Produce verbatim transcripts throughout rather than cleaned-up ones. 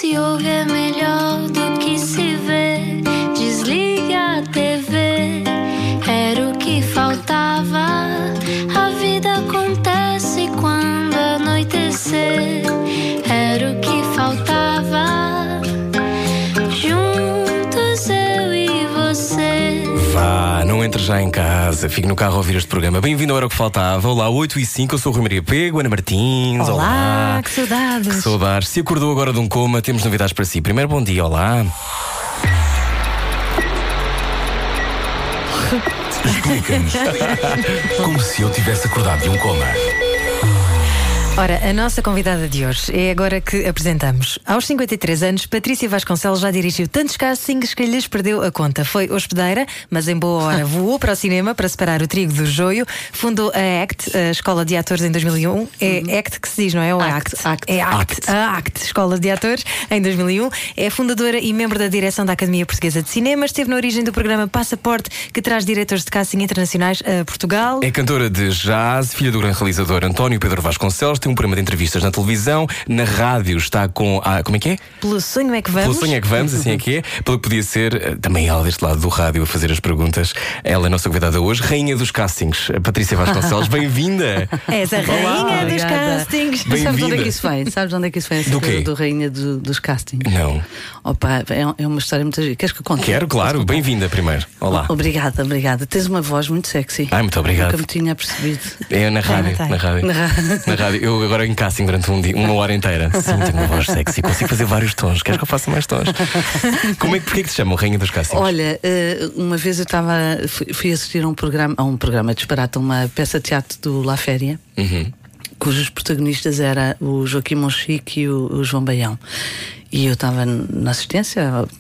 se ouve é melhor do que se vê. Desliga a T V, era o que faltava. A vida acontece quando anoitecer, era o que faltava. Juntos eu e você. Vá, não entre já em casa, fique no carro a ouvir este programa. Bem-vindo ao Era o que Faltava. Olá, oito e cinco, eu sou o Rui Maria Pego, Ana Martins. Olá, olá. que saudades. Que saudades. Se acordou agora de um coma, temos novidades para si. Primeiro, bom dia, olá. Explica-nos como se eu tivesse acordado de um coma. Ora, a nossa convidada de hoje é agora que apresentamos. Aos cinquenta e três anos, Patrícia Vasconcelos já dirigiu tantos castings que lhes perdeu a conta. Foi hospedeira, mas em boa hora voou para o cinema para separar o trigo do joio. Fundou a ACT, a Escola de Atores, em dois mil e um. É uhum. ACT que se diz, não é? Ou ACT? ACT. É ACT. ACT. A ACT, Escola de Atores, em dois mil e um. É fundadora e membro da direção da Academia Portuguesa de Cinema. Esteve na origem do programa Passaporte, que traz diretores de casting internacionais a Portugal. É cantora de jazz, filha do grande realizador António Pedro Vasconcelos. Tem um programa de entrevistas na televisão, na rádio está com a, como é que é? Pelo sonho é que vamos. Pelo sonho é que vamos, assim é que é. Pelo que podia ser, também ela deste lado do rádio a fazer as perguntas. Ela é a nossa convidada hoje, rainha dos castings, a Patrícia Vasconcelos. Bem-vinda! És a rainha Olá, dos castings. Sabes onde é que isso vem? Sabes onde é que isso vem? Do quê? Do rainha do, dos castings. Não. Opa, é, é uma história muito gira. Queres que eu conte? Quero, claro. Bem-vinda primeiro. Olá. Obrigada, obrigada. Tens uma voz muito sexy. Ai, muito obrigado. Nunca me tinha percebido. É na rádio, Ah, na rádio. Na rádio. Na rádio. Eu agora em casting durante um dia, uma hora inteira. Sim, tenho uma voz sexy, consigo fazer vários tons. Queres que eu faça mais tons? Como é que, porquê que te chamam rainha dos castings? Olha, uma vez eu estava fui assistir a um programa, a um programa disparate, a uma peça de teatro do La Féria, Uhum. cujos protagonistas era o Joaquim Monchique e o, o João Baião. E eu estava na assistência,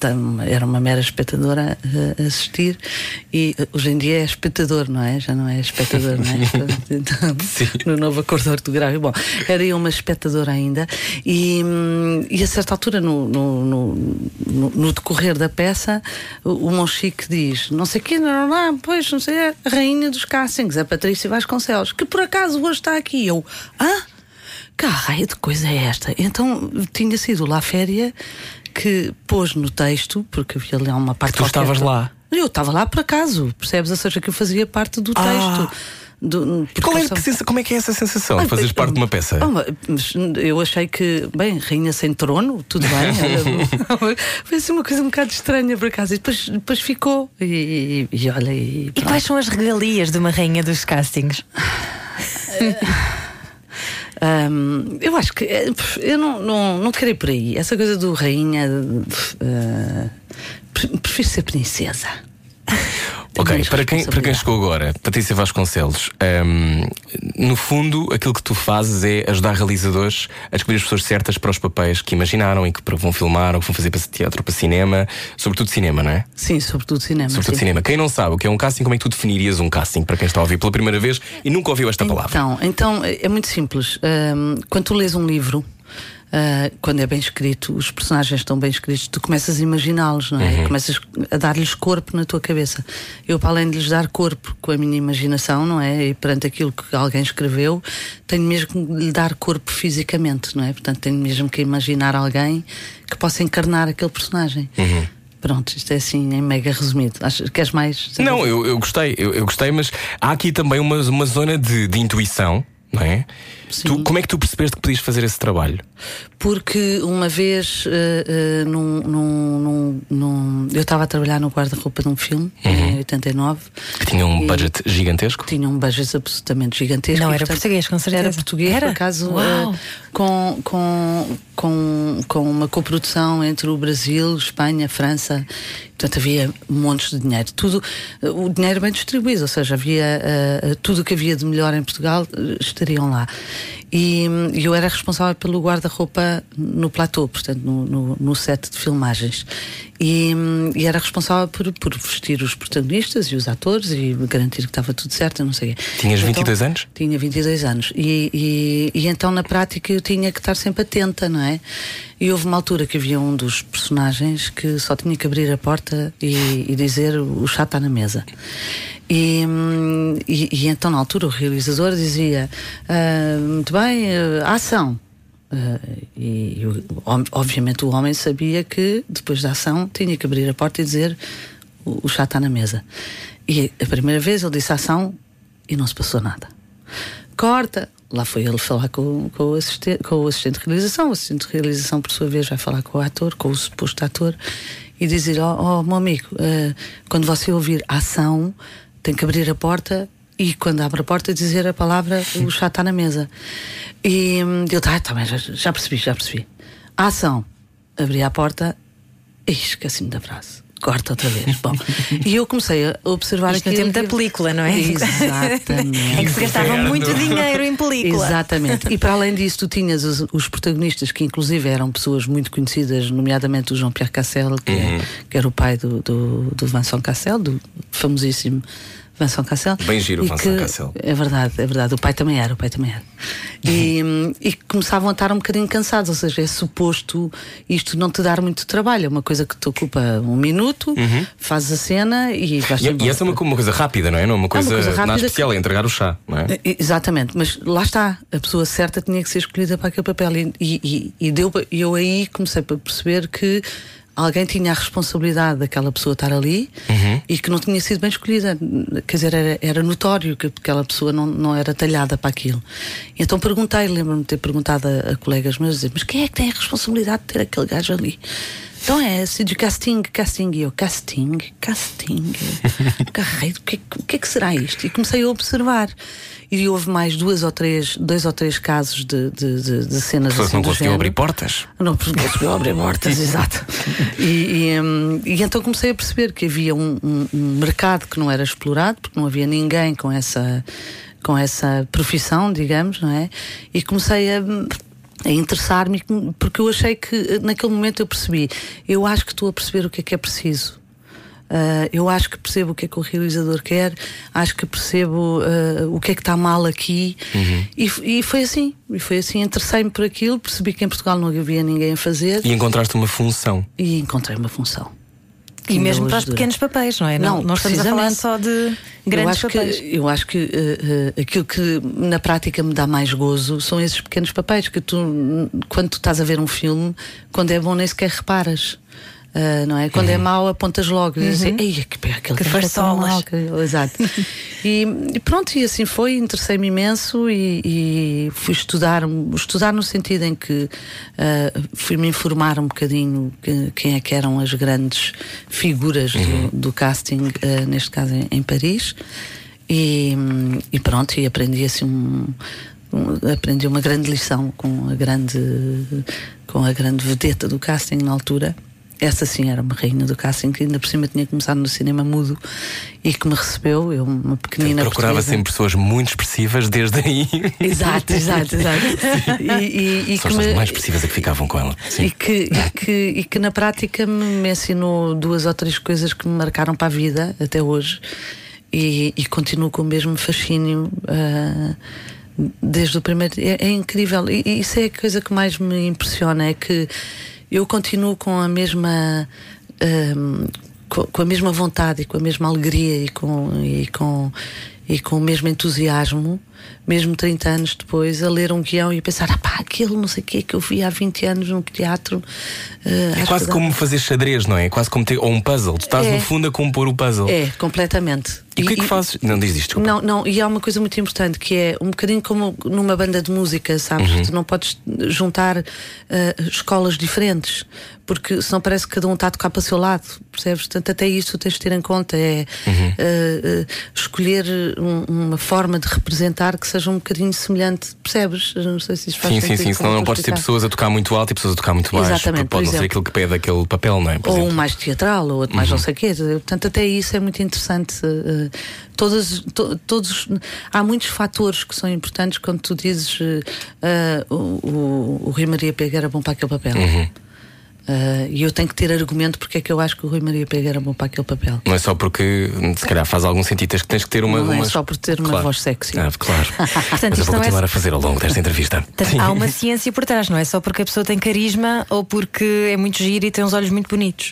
era uma mera espectadora a assistir, e hoje em dia é espectador, não é? Já não é espectador, não é? Então, no novo acordo ortográfico. Bom, era eu uma espectadora ainda, e, e a certa altura, no, no, no, no, no decorrer da peça, o, o Monchique diz: não sei quem, não, não, pois, não sei, a rainha dos castings, a Patrícia Vasconcelos, que por acaso hoje está aqui. Eu, hã? Que raio de coisa é esta? Então tinha sido lá a Féria que pôs no texto, porque havia ali uma parte. Que tu estavas lá? Eu estava lá por acaso, percebes? Ou seja, que eu fazia parte do texto. Ah. Do, Qual é, que sensa, como é que é essa sensação de fazeres parte de uma peça? Eu achei que, bem, rainha sem trono, tudo bem. Foi assim uma coisa um bocado estranha por acaso. E depois, depois ficou. E, e, e olha. E, e quais são as regalias de uma rainha dos castings? Um, eu acho que eu não, não, não te quero ir por aí. Essa coisa do rainha, uh, prefiro ser princesa. Ok, para quem, para quem chegou agora, Patrícia Vasconcelos, um, no fundo, aquilo que tu fazes é ajudar realizadores a descobrir as pessoas certas para os papéis que imaginaram e que vão filmar ou que vão fazer para teatro ou para cinema, sobretudo cinema, não é? Sim, sobretudo cinema. Sobretudo sim. cinema. Quem não sabe o que é um casting, como é que tu definirias um casting para quem está a ouvir pela primeira vez e nunca ouviu esta palavra? Então, então é muito simples. Um, quando tu lês um livro, Uh, quando é bem escrito, os personagens estão bem escritos, tu começas a imaginá-los, não é? Uhum. Começas a dar-lhes corpo na tua cabeça. Eu, para além de lhes dar corpo com a minha imaginação, não é? E perante aquilo que alguém escreveu, tenho mesmo que lhe dar corpo fisicamente, não é? Portanto, tenho mesmo que imaginar alguém que possa encarnar aquele personagem. Uhum. Pronto, isto é assim em mega resumido. Acho, queres mais? Não, eu, eu gostei, eu, eu gostei, mas há aqui também uma, uma zona de, de intuição, não é? Tu, como é que tu percebeste que podias fazer esse trabalho? Porque uma vez uh, uh, num, num, num, num, eu estava a trabalhar no guarda-roupa de um filme, uhum. em oitenta e nove. Que tinha um budget gigantesco? Tinha um budget absolutamente gigantesco. Não, e, era portanto, português, com certeza. Era português, era? por acaso, uh, com, com, com, com uma coprodução entre o Brasil, Espanha, França. Portanto, havia montes de dinheiro. Tudo, uh, o dinheiro bem distribuído, ou seja, havia uh, tudo o que havia de melhor em Portugal, uh, estariam lá. E eu era responsável pelo guarda-roupa no platô, portanto no, no, no set de filmagens, e, e era responsável por, por vestir os protagonistas e os atores e garantir que estava tudo certo, não sei o quê. Tinhas então, vinte e dois anos? Tinha vinte e dois anos e, e, e então na prática eu tinha que estar sempre atenta, não é? E houve uma altura que havia um dos personagens que só tinha que abrir a porta e, e dizer: o chá está na mesa. E, e, e então na altura o realizador dizia: ah, muito bem, uh, ação. Uh, e, e obviamente o homem sabia que depois da ação tinha que abrir a porta e dizer: o, o chá está na mesa. E a primeira vez ele disse ação e não se passou nada. Corta. Lá foi ele falar com, com, o assistente, com o assistente de realização. O assistente de realização, por sua vez, vai falar com o ator, com o suposto ator, e dizer: ó oh, meu amigo, uh, quando você ouvir ação, tem que abrir a porta, e quando abre a porta dizer a palavra: o chá está na mesa. E um, eu tá, tá bem, já, já percebi, já percebi. A ação. Abri a porta e esqueci-me da frase. Corta outra vez. Bom, e eu comecei a observar isto no tempo da película, não é? Exatamente. É que se gastava muito dinheiro em película. Exatamente. E para além disso, tu tinhas os, os protagonistas que, inclusive, eram pessoas muito conhecidas, nomeadamente o Jean-Pierre Cassel, que, uhum. é, que era o pai do, do, do Vincent Cassel, do famosíssimo Vincent Cassel. Bem giro o Vincent Cassel. É verdade, é verdade. O pai também era, o pai também era. E, e começavam a estar um bocadinho cansados, ou seja, é suposto isto não te dar muito trabalho. É uma coisa que te ocupa um minuto, uhum. fazes a cena e vais E, e essa é uma, uma coisa rápida, não é? Não é uma coisa, é uma coisa nada especial, que... é entregar o chá, não é? Exatamente, mas lá está, a pessoa certa tinha que ser escolhida para aquele papel. E, e, e deu, eu aí comecei a perceber que alguém tinha a responsabilidade daquela pessoa estar ali, uhum. e que não tinha sido bem escolhida. Quer dizer, era, era notório que aquela pessoa não, não era talhada para aquilo. E então perguntei, lembro-me de ter perguntado a, a colegas meus, dizer, mas quem é que tem a responsabilidade de ter aquele gajo ali? Então é esse de casting, casting, e eu, casting, casting, carrei, o que, o que é que será isto? E comecei a observar. E houve mais duas ou três, dois ou três casos de, de, de, de cenas assim. Você não conseguiu abrir portas? Não conseguiu abrir portas, exato. E, e, um, e então comecei a perceber que havia um, um, um mercado que não era explorado, porque não havia ninguém com essa, com essa profissão, digamos, não é? E comecei a. a interessar-me, porque eu achei que naquele momento eu percebi, eu acho que estou a perceber o que é que é preciso. Uh, eu acho que percebo o que é que o realizador quer, acho que percebo uh, o que é que está mal aqui, uhum. e, e foi assim, e foi assim, interessei-me por aquilo, percebi que em Portugal não havia ninguém a fazer. E encontraste uma função. E encontrei uma função. E mesmo para os pequenos papéis, não é? Não, não estamos a falar só de grandes eu acho papéis. Que, eu acho que uh, uh, aquilo que na prática me dá mais gozo são esses pequenos papéis que tu, quando tu estás a ver um filme, quando é bom nem sequer reparas. Uh, não é? Quando uhum. é mau apontas logo, uhum. e dizes, ei, que, aquele que faz solas. Exato. e, e pronto, e assim foi, interessei-me imenso e, e fui estudar, estudar no sentido em que uh, fui-me informar um bocadinho que, quem é que eram as grandes figuras uhum. do, do casting, uh, neste caso em, em Paris, e, e pronto, e aprendi assim um, um, aprendi uma grande lição com a grande, com a grande vedeta do casting na altura. Essa sim era uma rainha do casting, que ainda por cima tinha começado no cinema mudo e que me recebeu, eu, uma pequenina então, procurava portuguesa. sempre pessoas muito expressivas desde aí. Exato, exato, exato. E, e, e São que as me... mais expressivas a que ficavam com ela. Sim. E, que, e, que, e que na prática me, me ensinou duas ou três coisas que me marcaram para a vida até hoje, e, e continuo com o mesmo fascínio uh, desde o primeiro. É, é incrível, e, e isso é a coisa que mais me impressiona, é que eu continuo com a mesma um, com, com a mesma vontade e com a mesma alegria e com, e com, e com o mesmo entusiasmo, mesmo trinta anos depois, a ler um guião e a pensar, ah pá, aquele não sei o que que eu vi há vinte anos num teatro. Uh, é quase como fazer xadrez, não é? É quase como ter, ou um puzzle. Tu estás é, no fundo a compor o puzzle. É, completamente. E o que é que fazes? Não diz isto, desculpa. Não, não, e há uma coisa muito importante que é um bocadinho como numa banda de música, sabes? Uhum. Tu não podes juntar uh, escolas diferentes, porque senão parece que cada um está a tocar para o seu lado, percebes? Portanto, até isso tens de ter em conta, é uhum. uh, uh, escolher um, uma forma de representar que seja um bocadinho semelhante, percebes? Não sei se isso faz sim, sentido. Sim, sim, senão não podes ter pessoas a tocar muito alto e pessoas a tocar muito baixo. Exatamente, pode não ser aquilo que pede aquele papel, não é? Por ou exemplo. um mais teatral, ou outro mais uhum. não sei o quê. Portanto, até isso é muito interessante. Uh, todas, to, todos, há muitos fatores que são importantes quando tu dizes uh, uh, o, o, o Rui Maria Pego era bom para aquele papel. Uhum. Uh, e eu tenho que ter argumento porque é que eu acho que o Rui Maria Pego era bom para aquele papel. Não é só porque se calhar faz algum sentido, tens que, tens que ter uma. Não é uma... só por ter uma claro. voz sexy. Ah, claro. Portanto, mas eu vou continuar é... a fazer ao longo desta entrevista. Portanto, há uma ciência por trás, não é só porque a pessoa tem carisma ou porque é muito gira e tem uns olhos muito bonitos.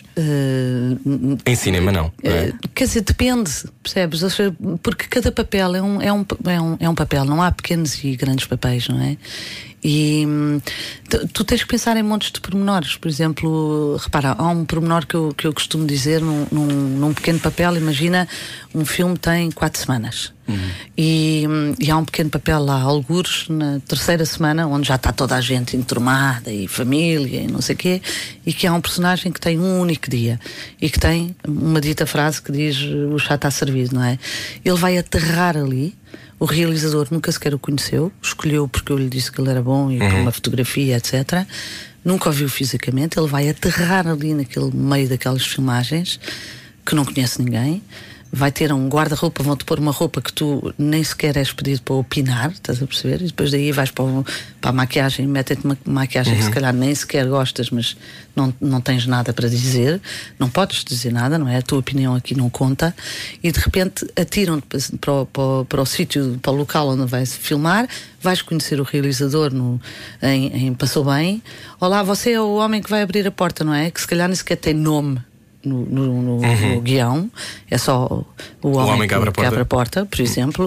Uh, em cinema, não. não é? uh, quer dizer, depende, percebes? Ou seja, porque cada papel é um, é, um, é, um, é um papel, não há pequenos e grandes papéis, não é? E tu, tu tens que pensar em montes de pormenores. Por exemplo, repara, há um pormenor que eu, que eu costumo dizer num, num, num pequeno papel. Imagina, um filme tem quatro semanas. Uhum. E, e há um pequeno papel lá, algures, na terceira semana, onde já está toda a gente enturmada e família e não sei o quê, e que há um personagem que tem um único dia e que tem uma dita frase que diz: o chá está servido, não é? Ele vai aterrar ali. O realizador nunca sequer o conheceu, escolheu porque eu lhe disse que ele era bom e uhum. com uma fotografia, etcétera. Nunca o viu fisicamente. Ele vai aterrar ali naquele meio daquelas filmagens, que não conhece ninguém. Vai ter um guarda-roupa, vão-te pôr uma roupa que tu nem sequer és pedido para opinar, estás a perceber? E depois daí vais para, o, para a maquiagem, metem-te uma maquiagem uhum. que se calhar nem sequer gostas, mas não, não tens nada para dizer, não podes dizer nada, não é? A tua opinião aqui não conta, e de repente atiram-te para, o, para, para o sítio, para o local onde vais filmar, vais conhecer o realizador no, em, em Passou Bem. Olá, você é o homem que vai abrir a porta, não é? Que se calhar nem sequer tem nome. No, no, no, uhum. no guião, é só o homem, o homem que, abre, que abre a porta, por exemplo,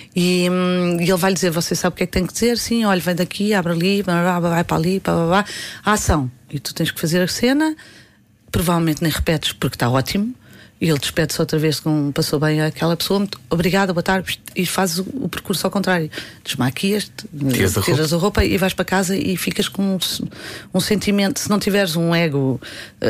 e, hum, e ele vai dizer: você sabe o que é que tem que dizer? Sim, olha, vem daqui, abre ali, vai para ali, blá, blá, blá. A ação. E tu tens que fazer a cena, provavelmente nem repetes porque está ótimo, e ele despede-se outra vez com Passou Bem aquela pessoa, muito obrigada, boa tarde, e fazes o, o percurso ao contrário. Desmaquias-te, tiras a, tiras a roupa e vais para casa e ficas com um, um sentimento. Se não tiveres um ego,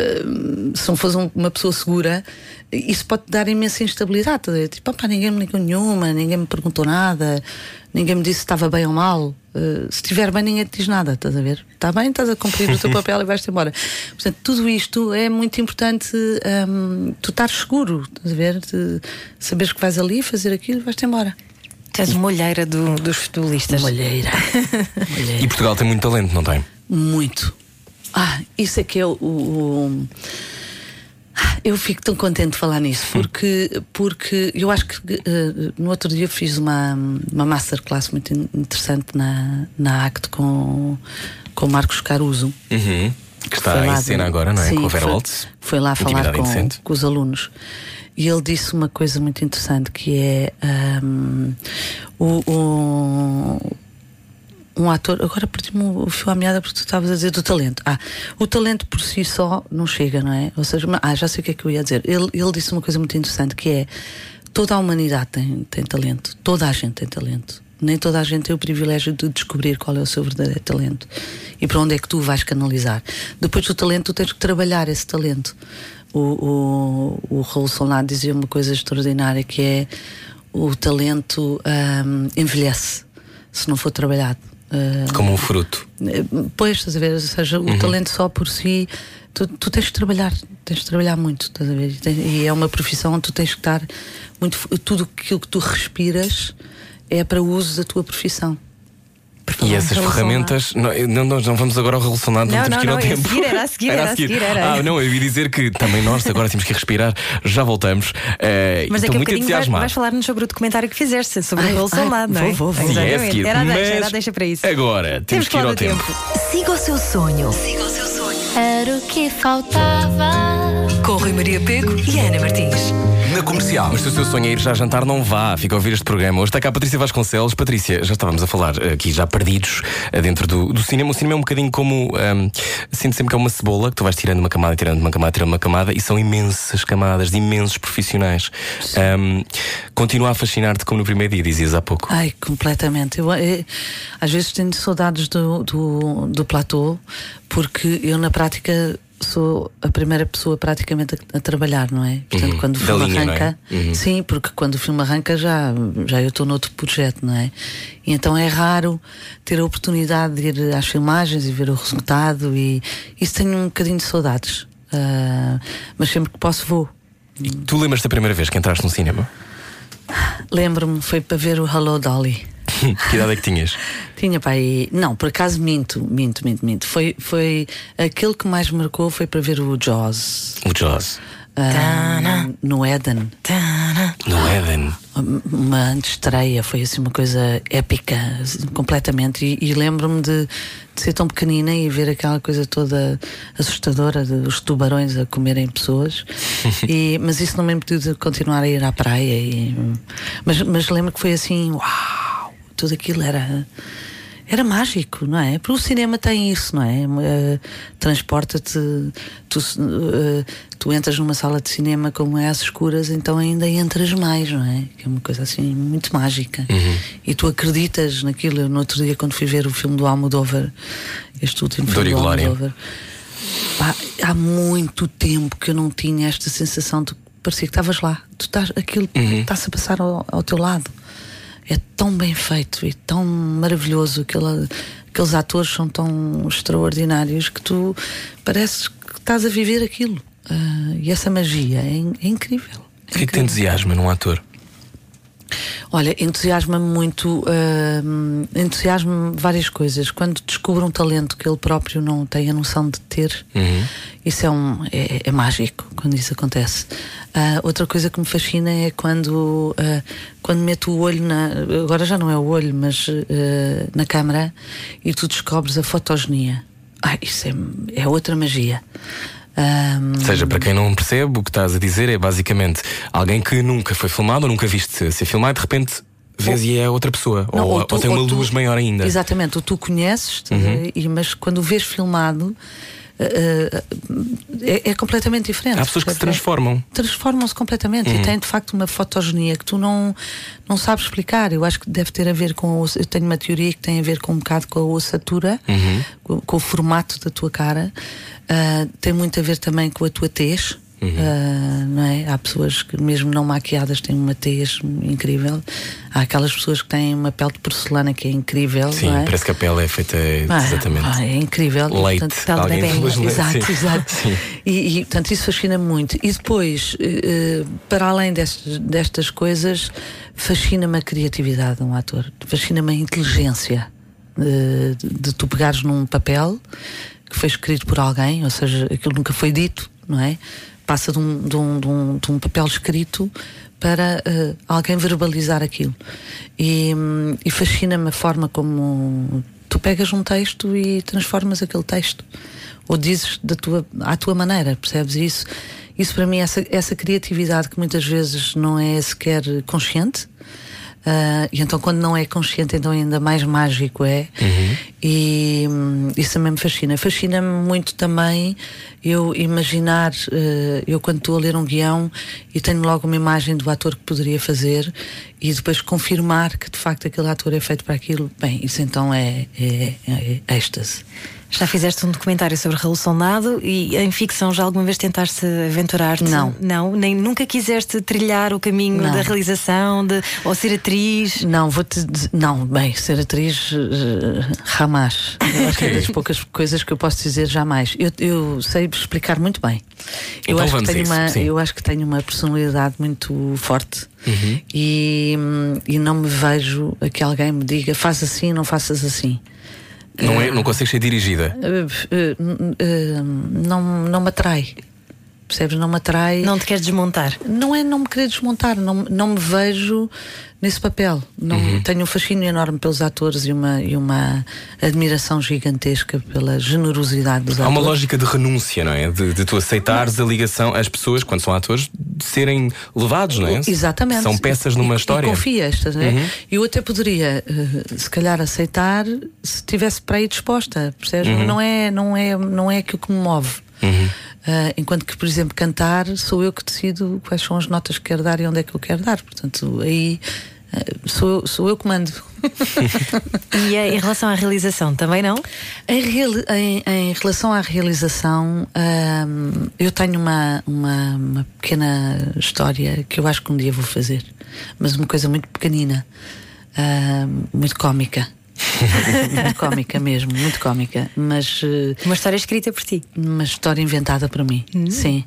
uh, se não fores um, uma pessoa segura, isso pode dar imensa instabilidade. Tipo, opa, ninguém me ligou nenhuma, ninguém me perguntou nada, ninguém me disse se estava bem ou mal. Uh, se estiver bem, ninguém te diz nada, estás a ver? Está bem, estás a cumprir o teu papel e vais-te embora. Portanto, tudo isto é muito importante. Um, tu estares seguro, estás a ver? De saberes que vais ali fazer aquilo e vais-te embora. Tu és molheira do, dos futebolistas. Molheira. molheira. E Portugal tem muito talento, não tem? Muito. Ah, isso é que é o. o Eu fico tão contente de falar nisso, porque, porque eu acho que uh, no outro dia fiz uma, uma masterclass muito interessante na, na ACT com, com o Marcos Caruso. Uhum. Que está em cena de, agora, não é? Sim, com o Vera foi, Waltz. Foi lá falar com, com os alunos. E ele disse uma coisa muito interessante, que é um, o, o um ator, agora perdi-me o fio à meada porque tu estavas a dizer do talento. Ah, o talento por si só não chega, não é? Ou seja, ah, já sei o que é que eu ia dizer. Ele, ele disse uma coisa muito interessante, que é: toda a humanidade tem, tem talento, toda a gente tem talento. Nem toda a gente tem o privilégio de descobrir qual é o seu verdadeiro talento e para onde é que tu vais canalizar. Depois do talento, tu tens que trabalhar esse talento. O, o, o Raul Solnado dizia uma coisa extraordinária, que é: o talento um, envelhece se não for trabalhado. Uh, Como um fruto. Pois, estás a ver? Ou seja, uhum. o talento só por si, tu, tu tens que trabalhar, tens que trabalhar muito, estás a ver? E é uma profissão onde tu tens que estar muito. Tudo aquilo que tu respiras é para o uso da tua profissão. E essas ferramentas, não, não, nós não vamos agora ao relacionado, não, não temos que ir ao tempo. Seguir, era a seguir, era a seguir, era a seguir. Ah, não, eu ia dizer que também nós agora temos que respirar. Já voltamos. Uh, Mas estou daqui a muito entusiasmado. Vais falar-nos sobre o documentário que fizeste, sobre ai, o relacionado, não é? Vou, vou, vou. Sim, é a seguir. Era a deixa, mas era a deixa para isso. Agora, temos, temos que ir ao tempo. tempo. Siga o seu sonho. Siga o seu sonho. Era o que faltava. Com Rui Maria Pego e Ana Martins. Na Comercial. Mas se o seu sonho é ir já jantar, não vá, fica a ouvir este programa. Hoje está cá a Patrícia Vasconcelos. Patrícia, já estávamos a falar aqui, já perdidos dentro do, do cinema. O cinema é um bocadinho como um, sinto sempre que é uma cebola, que tu vais tirando uma camada, tirando uma camada, tirando uma camada, e são imensas camadas de imensos profissionais. Um, continua a fascinar-te como no primeiro dia, dizias há pouco. Ai, completamente. Eu, eu, às vezes tenho saudades do, do, do platô, porque eu na prática sou a primeira pessoa praticamente a, a trabalhar, não é? Portanto, uhum. quando o filme linha, arranca, não é? Uhum. Sim, porque quando o filme arranca já, já eu estou noutro projeto, não é? E então é raro ter a oportunidade de ir às filmagens e ver o resultado, e isso tenho um bocadinho de saudades, uh, mas sempre que posso vou. E tu lembras-te da primeira vez que entraste no cinema? Lembro-me, foi para ver o Hello Dolly. Que idade é que tinhas? Tinha pai. Não, por acaso minto, minto, minto, minto. Foi, foi aquele que mais me marcou foi para ver o Jaws. O Jaws. Uh, no Éden. No Éden. Uma estreia, foi assim uma coisa épica, completamente. E, e lembro-me de, de ser tão pequenina e ver aquela coisa toda assustadora, de os tubarões a comerem pessoas. e, mas isso não me impediu de continuar a ir à praia. E, mas, mas lembro que foi assim, uau! Tudo aquilo era, era mágico, não é? Porque o cinema tem isso, não é? Uh, transporta-te, tu, uh, tu entras numa sala de cinema como é às escuras, então ainda entras mais, não é? Que é uma coisa assim muito mágica. Uhum. E tu acreditas naquilo. Eu, no outro dia, quando fui ver o filme do Almodóvar, este último filme do Almodóvar, pá, há muito tempo que eu não tinha esta sensação de parecia que estavas lá, tu estás, aquilo uhum. está-se a passar ao, ao teu lado. É tão bem feito e tão maravilhoso, aquele, aqueles atores são tão extraordinários que tu pareces que estás a viver aquilo. Uh, e essa magia é, é incrível. O que é que te entusiasma num ator? Olha, entusiasma-me muito, uh, entusiasma-me várias coisas. Quando descubro um talento que ele próprio não tem a noção de ter, uhum. isso é, um, é, é mágico quando isso acontece. Uh, outra coisa que me fascina é quando, uh, quando meto o olho na. Agora já não é o olho, mas uh, na câmara e tu descobres a fotogenia. Ah, isso é, é outra magia. Um... Ou seja, para quem não percebe, o que estás a dizer é basicamente alguém que nunca foi filmado ou nunca viste ser filmado, de repente vês ou... e é outra pessoa, não, ou, ou, tu, ou tem uma ou luz tu... maior ainda. Exatamente, ou tu conheces, uhum. e, mas quando o vês filmado uh, é, é completamente diferente. Há pessoas que se transformam. Transformam-se completamente, uhum. e têm de facto uma fotogenia que tu não, não sabes explicar. Eu acho que deve ter a ver com. Eu tenho uma teoria que tem a ver com um bocado com a ossatura, uhum. com, com o formato da tua cara. Uh, tem muito a ver também com a tua tez. Uhum. Uh, não é? Há pessoas que mesmo não maquiadas têm uma tez incrível. Há aquelas pessoas que têm uma pele de porcelana que é incrível. Sim, não é? Parece que a pele é feita ah, exatamente ah, é incrível. Leite, e, portanto, alguém bem, leite. Exato, Sim. exato. Sim. E, e portanto isso fascina-me muito. E depois, uh, para além destes, destas coisas, fascina-me a criatividade de um ator. Fascina-me a inteligência uh, de, de tu pegares num papel que foi escrito por alguém, ou seja, aquilo nunca foi dito, não é? Passa de um, de um, de um, de um papel escrito para uh, alguém verbalizar aquilo. E, um, e fascina-me a forma como tu pegas um texto e transformas aquele texto. Ou dizes da tua, à tua maneira, percebes? Isso, isso para mim, essa, essa criatividade que muitas vezes não é sequer consciente. Uh, e então quando não é consciente, então ainda mais mágico é. Uhum. E um, isso também me fascina. Fascina-me muito também eu imaginar, uh, eu quando estou a ler um guião e tenho logo uma imagem do ator que poderia fazer e depois confirmar que de facto aquele ator é feito para aquilo. Bem, isso então é, é, é êxtase. Já fizeste um documentário sobre Raul Soldado e em ficção já alguma vez tentaste aventurar-te? Não. Não? Nem, nunca quiseste trilhar o caminho não. da realização de, ou ser atriz? Não, vou-te dizer, não, bem, ser atriz uh, jamais. Eu acho que é das poucas coisas que eu posso dizer jamais. Eu, eu sei explicar muito bem. Eu, então acho vamos que tenho isso, uma, sim. eu acho que tenho uma personalidade muito forte. Uhum. e, e não me vejo a que alguém me diga faz assim, não faças assim. Não, é, não consegues ser dirigida? Uh, uh, uh, não, não me atrai. Percebes? Não me atrai. Não te queres desmontar? Não é não me querer desmontar. Não, não me vejo nesse papel. Não, uhum. Tenho um fascínio enorme pelos atores e uma, e uma admiração gigantesca pela generosidade dos Há atores. uma lógica de renúncia, não é? De, de tu aceitares a ligação, as pessoas, quando são atores, de serem levados, não é? Exatamente. São peças numa e, história. E confias, não é? Uhum. Eu até poderia, uh, se calhar, aceitar se estivesse para aí disposta, percebes? Uhum. Não é, não é, não é aquilo que me move. Uhum. Uh, enquanto que, por exemplo, cantar, sou eu que decido quais são as notas que quero dar e onde é que eu quero dar. Portanto, aí uh, sou, sou eu que mando. E em relação à realização, também não? Em, em, em relação à realização, um, eu tenho uma, uma, uma pequena história que eu acho que um dia vou fazer, mas uma coisa muito pequenina, um, muito cómica. Muito cómica mesmo, muito cómica. Mas uh, uma história escrita por ti. Uma história inventada por mim, hum. sim.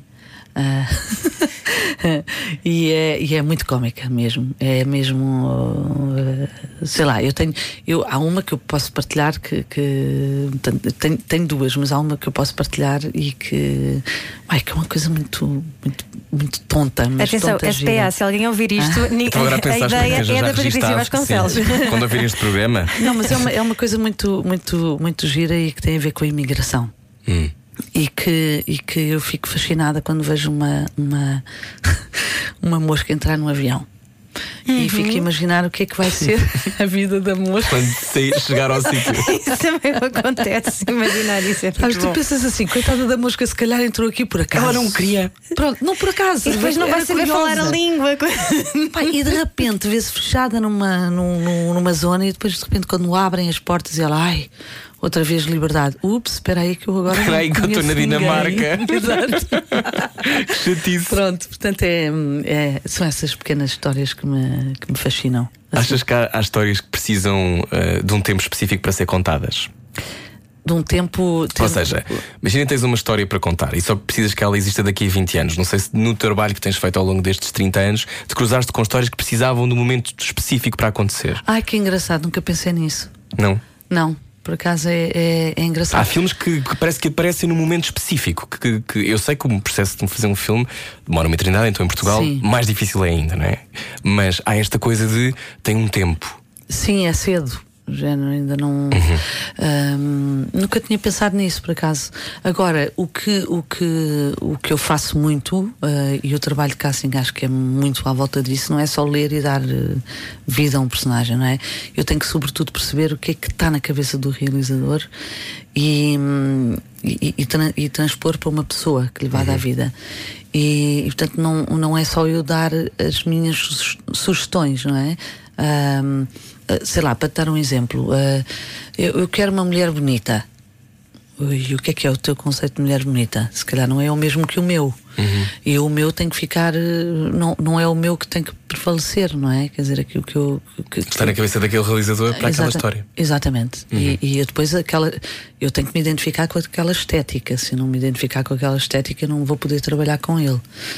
Uh, e, é, e é muito cómica mesmo. É mesmo uh, sei lá, eu tenho eu, há uma que eu posso partilhar que, que tenho, tenho duas, mas há uma que eu posso partilhar e que, ai, que é uma coisa muito muito, muito tonta, mas atenção, tonta, S P A, se alguém ouvir isto, ah. ninguém, então, a ideia já é já da Patrícia Vasconcelos. Quando ouvir este programa. Não, mas é uma, é uma coisa muito, muito, muito gira e que tem a ver com a imigração. Hum. E que, e que eu fico fascinada quando vejo uma, uma, uma mosca entrar num avião. e fico a imaginar o que é que vai ser a vida da mosca quando chegar ao sítio. Isso também acontece, imaginar isso é Mas tu bom. pensas assim, coitada da mosca, se calhar entrou aqui por acaso. Ela não queria. Pronto, não por acaso. E depois não vai Era saber curiosa. falar a língua. Pai, e de repente vê-se fechada numa, num- numa zona e depois de repente quando abrem as portas ela, ai, outra vez liberdade. Ups, espera aí que eu agora Espera aí não que eu estou conheço na ninguém. Dinamarca. Exato. Que chatice. Pronto, portanto é, é- são essas pequenas histórias que me, que me fascinam. Achas que há, há histórias que precisam uh, de um tempo específico para ser contadas? De um tempo. Ou seja, imagina que tens uma história para contar e só precisas que ela exista daqui a vinte anos. Não sei se no trabalho que tens feito ao longo destes trinta anos te cruzaste com histórias que precisavam de um momento específico para acontecer. Ai, que engraçado, nunca pensei nisso. Não? Não, por acaso é, é, é engraçado. Há filmes que, que parece que aparecem num momento específico. Que, que, que eu sei que o processo de fazer um filme demora uma eternidade, então em Portugal Sim. mais difícil é ainda, não é? Mas há esta coisa de tem um tempo. Sim, é cedo. Género, ainda não. Uhum. Hum, nunca tinha pensado nisso, por acaso. Agora, o que, o que, o que eu faço muito, uh, e o trabalho de casting acho que é muito à volta disso, não é só ler e dar uh, vida a um personagem, não é? Eu tenho que, sobretudo, perceber o que é que está na cabeça do realizador e, hum, e, e, tra- e transpor para uma pessoa que lhe vai dar vida. E, e portanto, não, não é só eu dar as minhas su- sugestões, não é? Um, sei lá, para te dar um exemplo, uh, eu, eu quero uma mulher bonita. E o que é que é o teu conceito de mulher bonita? Se calhar não é o mesmo que o meu. Uhum. E o meu tem que ficar. Não, não é o meu que tem que prevalecer, não é? Quer dizer, aquilo que eu. Que, Está na cabeça daquele realizador para aquela Exata- história. Exatamente. Uhum. E, e eu depois aquela. Eu tenho que me identificar com aquela estética. Se eu não me identificar com aquela estética, eu não vou poder trabalhar com ele.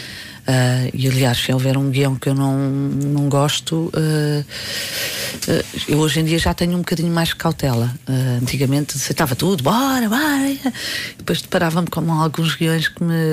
Uh, e aliás, se houver um guião que eu não, não gosto, uh, uh, eu hoje em dia já tenho um bocadinho mais de cautela. Uh, antigamente aceitava tudo, bora, bora. E depois deparava-me com alguns guiões que me.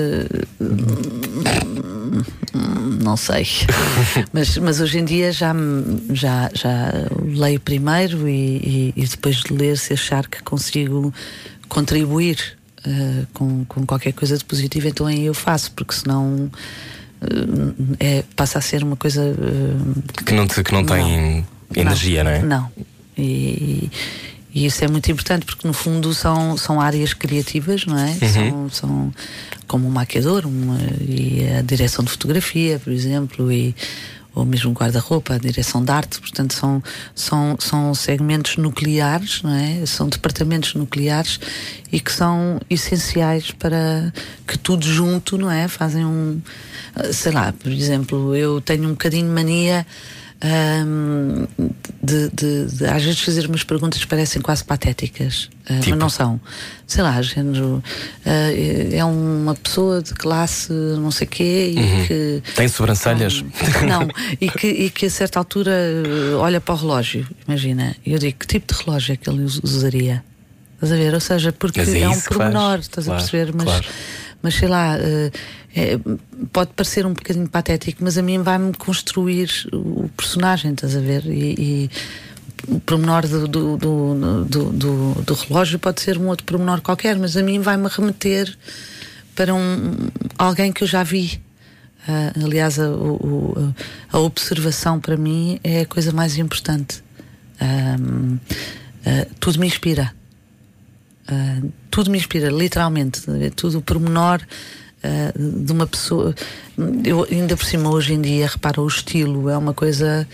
Não sei. mas, mas hoje em dia já, me- já, já leio primeiro e, e, e depois de ler, se achar que consigo contribuir uh, com, com qualquer coisa de positivo, então aí eu faço, porque senão. Uh, é, passa a ser uma coisa uh, Que não, te, que não tem energia, não, é? Não. E, e isso é muito importante porque no fundo são, são áreas criativas, não é? Uhum. São, são como um maquiador, uma, e a direção de fotografia, por exemplo, e ou mesmo o guarda-roupa, a direção de arte, portanto são, são, são segmentos nucleares, não é? São departamentos nucleares e que são essenciais para que tudo junto, não é? Fazem um, sei lá, por exemplo, eu tenho um bocadinho de mania hum, de, de, de às vezes fazer umas perguntas que parecem quase patéticas, uh, Tipo? mas não são. Sei lá, género, uh, é uma pessoa de classe não sei quê e Uhum. que Tem sobrancelhas? não, e que, e que a certa altura uh, olha para o relógio, imagina, e eu digo, que tipo de relógio é que ele us- usaria? Estás a ver? Ou seja, porque Mas é é um isso que faz. pormenor, estás Claro, a perceber? Mas, claro. mas sei lá, uh, é, pode parecer um bocadinho patético, mas a mim vai-me construir o personagem, estás a ver? E, e o pormenor do, do, do, do, do, do relógio pode ser um outro pormenor qualquer, mas a mim vai-me remeter para um, alguém que eu já vi. Uh, aliás, a, o, a observação para mim é a coisa mais importante. Um, uh, tudo me inspira. Uh, tudo me inspira, literalmente. Tudo o pormenor uh, de uma pessoa. Eu, ainda por cima, hoje em dia, repara, o estilo é uma coisa.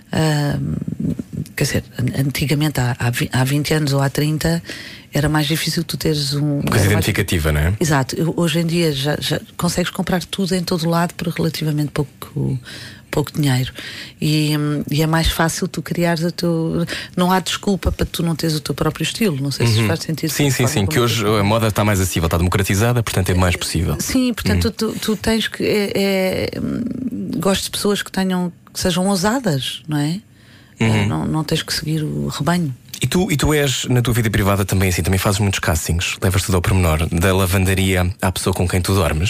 Uh, quer dizer, antigamente, há, há vinte anos ou há trinta, era mais difícil tu teres um. Uma coisa identificativa, não é? Exato. Eu, hoje em dia já, já consegues comprar tudo em todo lado por relativamente pouco, pouco dinheiro. E, e é mais fácil tu criares o teu. Não há desculpa para tu não teres o teu próprio estilo. Não sei se Uhum. faz sentido. Sim, sim, sim. Que hoje a moda está mais acessível, está democratizada, portanto é mais possível. Sim, portanto, tu, tu tens que. É, é, gosto de pessoas que tenham. Que sejam ousadas, não é? Uhum. É, não, não tens que seguir o rebanho. E tu, e tu és, na tua vida privada também assim, também fazes muitos castings, levas tudo ao pormenor, da lavandaria à pessoa com quem tu dormes?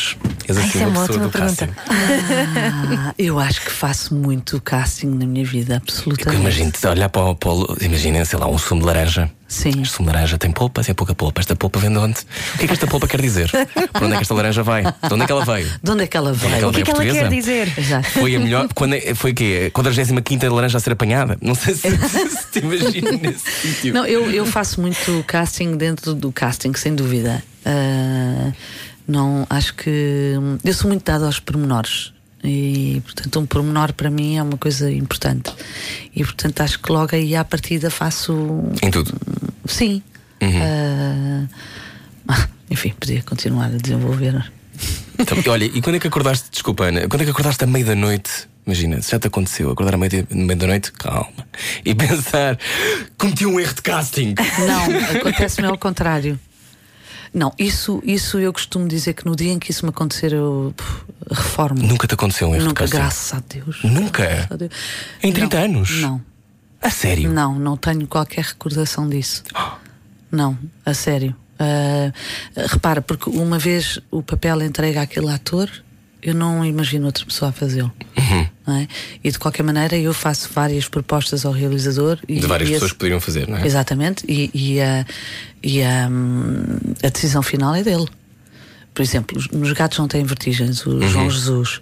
És assim Ai, isso é uma pessoa ótima do pergunta. casting. Ah, eu acho que faço muito casting na minha vida, absolutamente. Imagina-te olhar para o, para o. Imagina, sei lá, um sumo de laranja. Sim. Este sumo de laranja tem polpa, tem pouca polpa. Esta polpa vem de onde? O que é que esta polpa quer dizer? Para onde é que esta laranja vai? De onde é que ela veio? De onde é que ela De onde é veio? que O que é que ela portuguesa? quer dizer? Exato. Foi a melhor. Quando é, foi o quê? A quadragésima quinta laranja a ser apanhada? Não sei se, se te imaginas nesse sítio. Não, eu, eu faço muito casting dentro do casting, sem dúvida. Ah, não, acho que eu sou muito dado aos pormenores. E portanto um pormenor para mim é uma coisa importante. E portanto acho que logo aí à partida faço. Em tudo. Sim. Uhum. Ah, enfim, podia continuar a desenvolver. Então, olha, e quando é que acordaste? Desculpa, Ana, quando é que acordaste à meia da noite? Imagina, se já te aconteceu acordar à meia, meia da noite, calma, e pensar, cometi um erro de casting. Não, acontece-me ao contrário. Não, isso, isso eu costumo dizer que no dia em que isso me acontecer eu puf, reformo. Nunca te aconteceu um erro Nunca, de casting? graças a Deus. Nunca? Graças a Deus. Em trinta Não, anos? Não. A sério? Não, não tenho qualquer recordação disso. Não, a sério. Uh, repara, porque uma vez o papel entrega àquele ator, eu não imagino outra pessoa a fazê-lo. Uhum. Não é? E de qualquer maneira eu faço várias propostas ao realizador e, De várias e pessoas esse, que poderiam fazer, não é? Exatamente, e, e, a, e a, a decisão final é dele. Por exemplo, nos Gatos Não Têm Vertigens, o Uhum. João Jesus,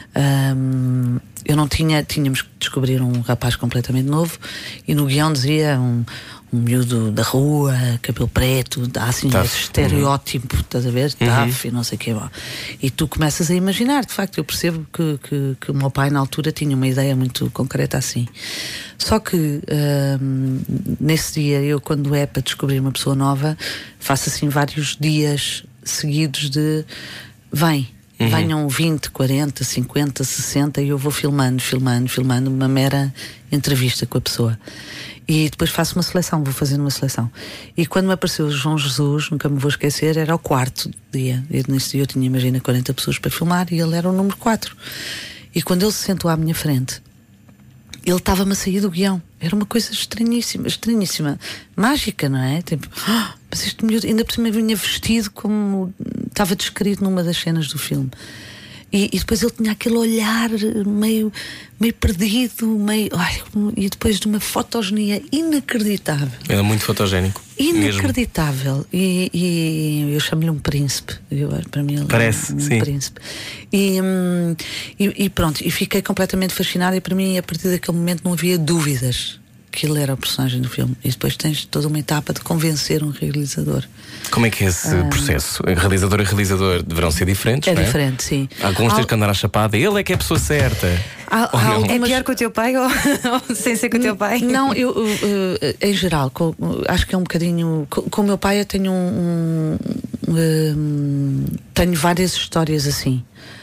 um, eu não tinha, tínhamos que descobrir um rapaz completamente novo e no guião dizia um, um miúdo da rua, cabelo preto, dá assim Tough. esse estereótipo, estás a ver? Tough e não sei o que. E tu começas a imaginar, de facto, eu percebo que, que, que o meu pai na altura tinha uma ideia muito concreta assim. Só que um, nesse dia, eu quando é para descobrir uma pessoa nova, faço assim vários dias seguidos de vem, uhum. venham vinte, quarenta, cinquenta, sessenta e eu vou filmando, filmando, filmando uma mera entrevista com a pessoa. E depois faço uma seleção, vou fazendo uma seleção. E quando me apareceu o João Jesus, nunca me vou esquecer, era o quarto dia. E nesse dia eu tinha, imagina, quarenta pessoas para filmar e ele era o número quatro. E quando ele se sentou à minha frente, ele estava-me a sair do guião. Era uma coisa estranhíssima, estranhíssima, mágica, não é? Tipo, oh, mas este miúdo ainda por cima vinha vestido como estava descrito numa das cenas do filme. E, e depois ele tinha aquele olhar meio, meio perdido, meio. Ai, e depois de uma fotogenia inacreditável. Era muito fotogénico. Inacreditável. E, e eu chamo-lhe um príncipe. Eu, para mim, ele Parece, é um sim. príncipe. E, hum, e, e pronto, e fiquei completamente fascinada. E para mim, a partir daquele momento, não havia dúvidas que ele era o personagem do filme. E depois tens toda uma etapa de convencer um realizador. Como é que é esse ah. processo? Realizador e realizador deverão ser diferentes, É não é? diferente, sim. Alguns Há- têm que andar à chapada. Ele é que é a pessoa certa. Há- Ou há não? É algumas- pior que o teu pai ou, ou sem ser com o teu pai? Não, eu, uh, uh, em geral, co- acho que é um bocadinho. Co- Com o meu pai, eu tenho um. um, um, tenho várias histórias assim.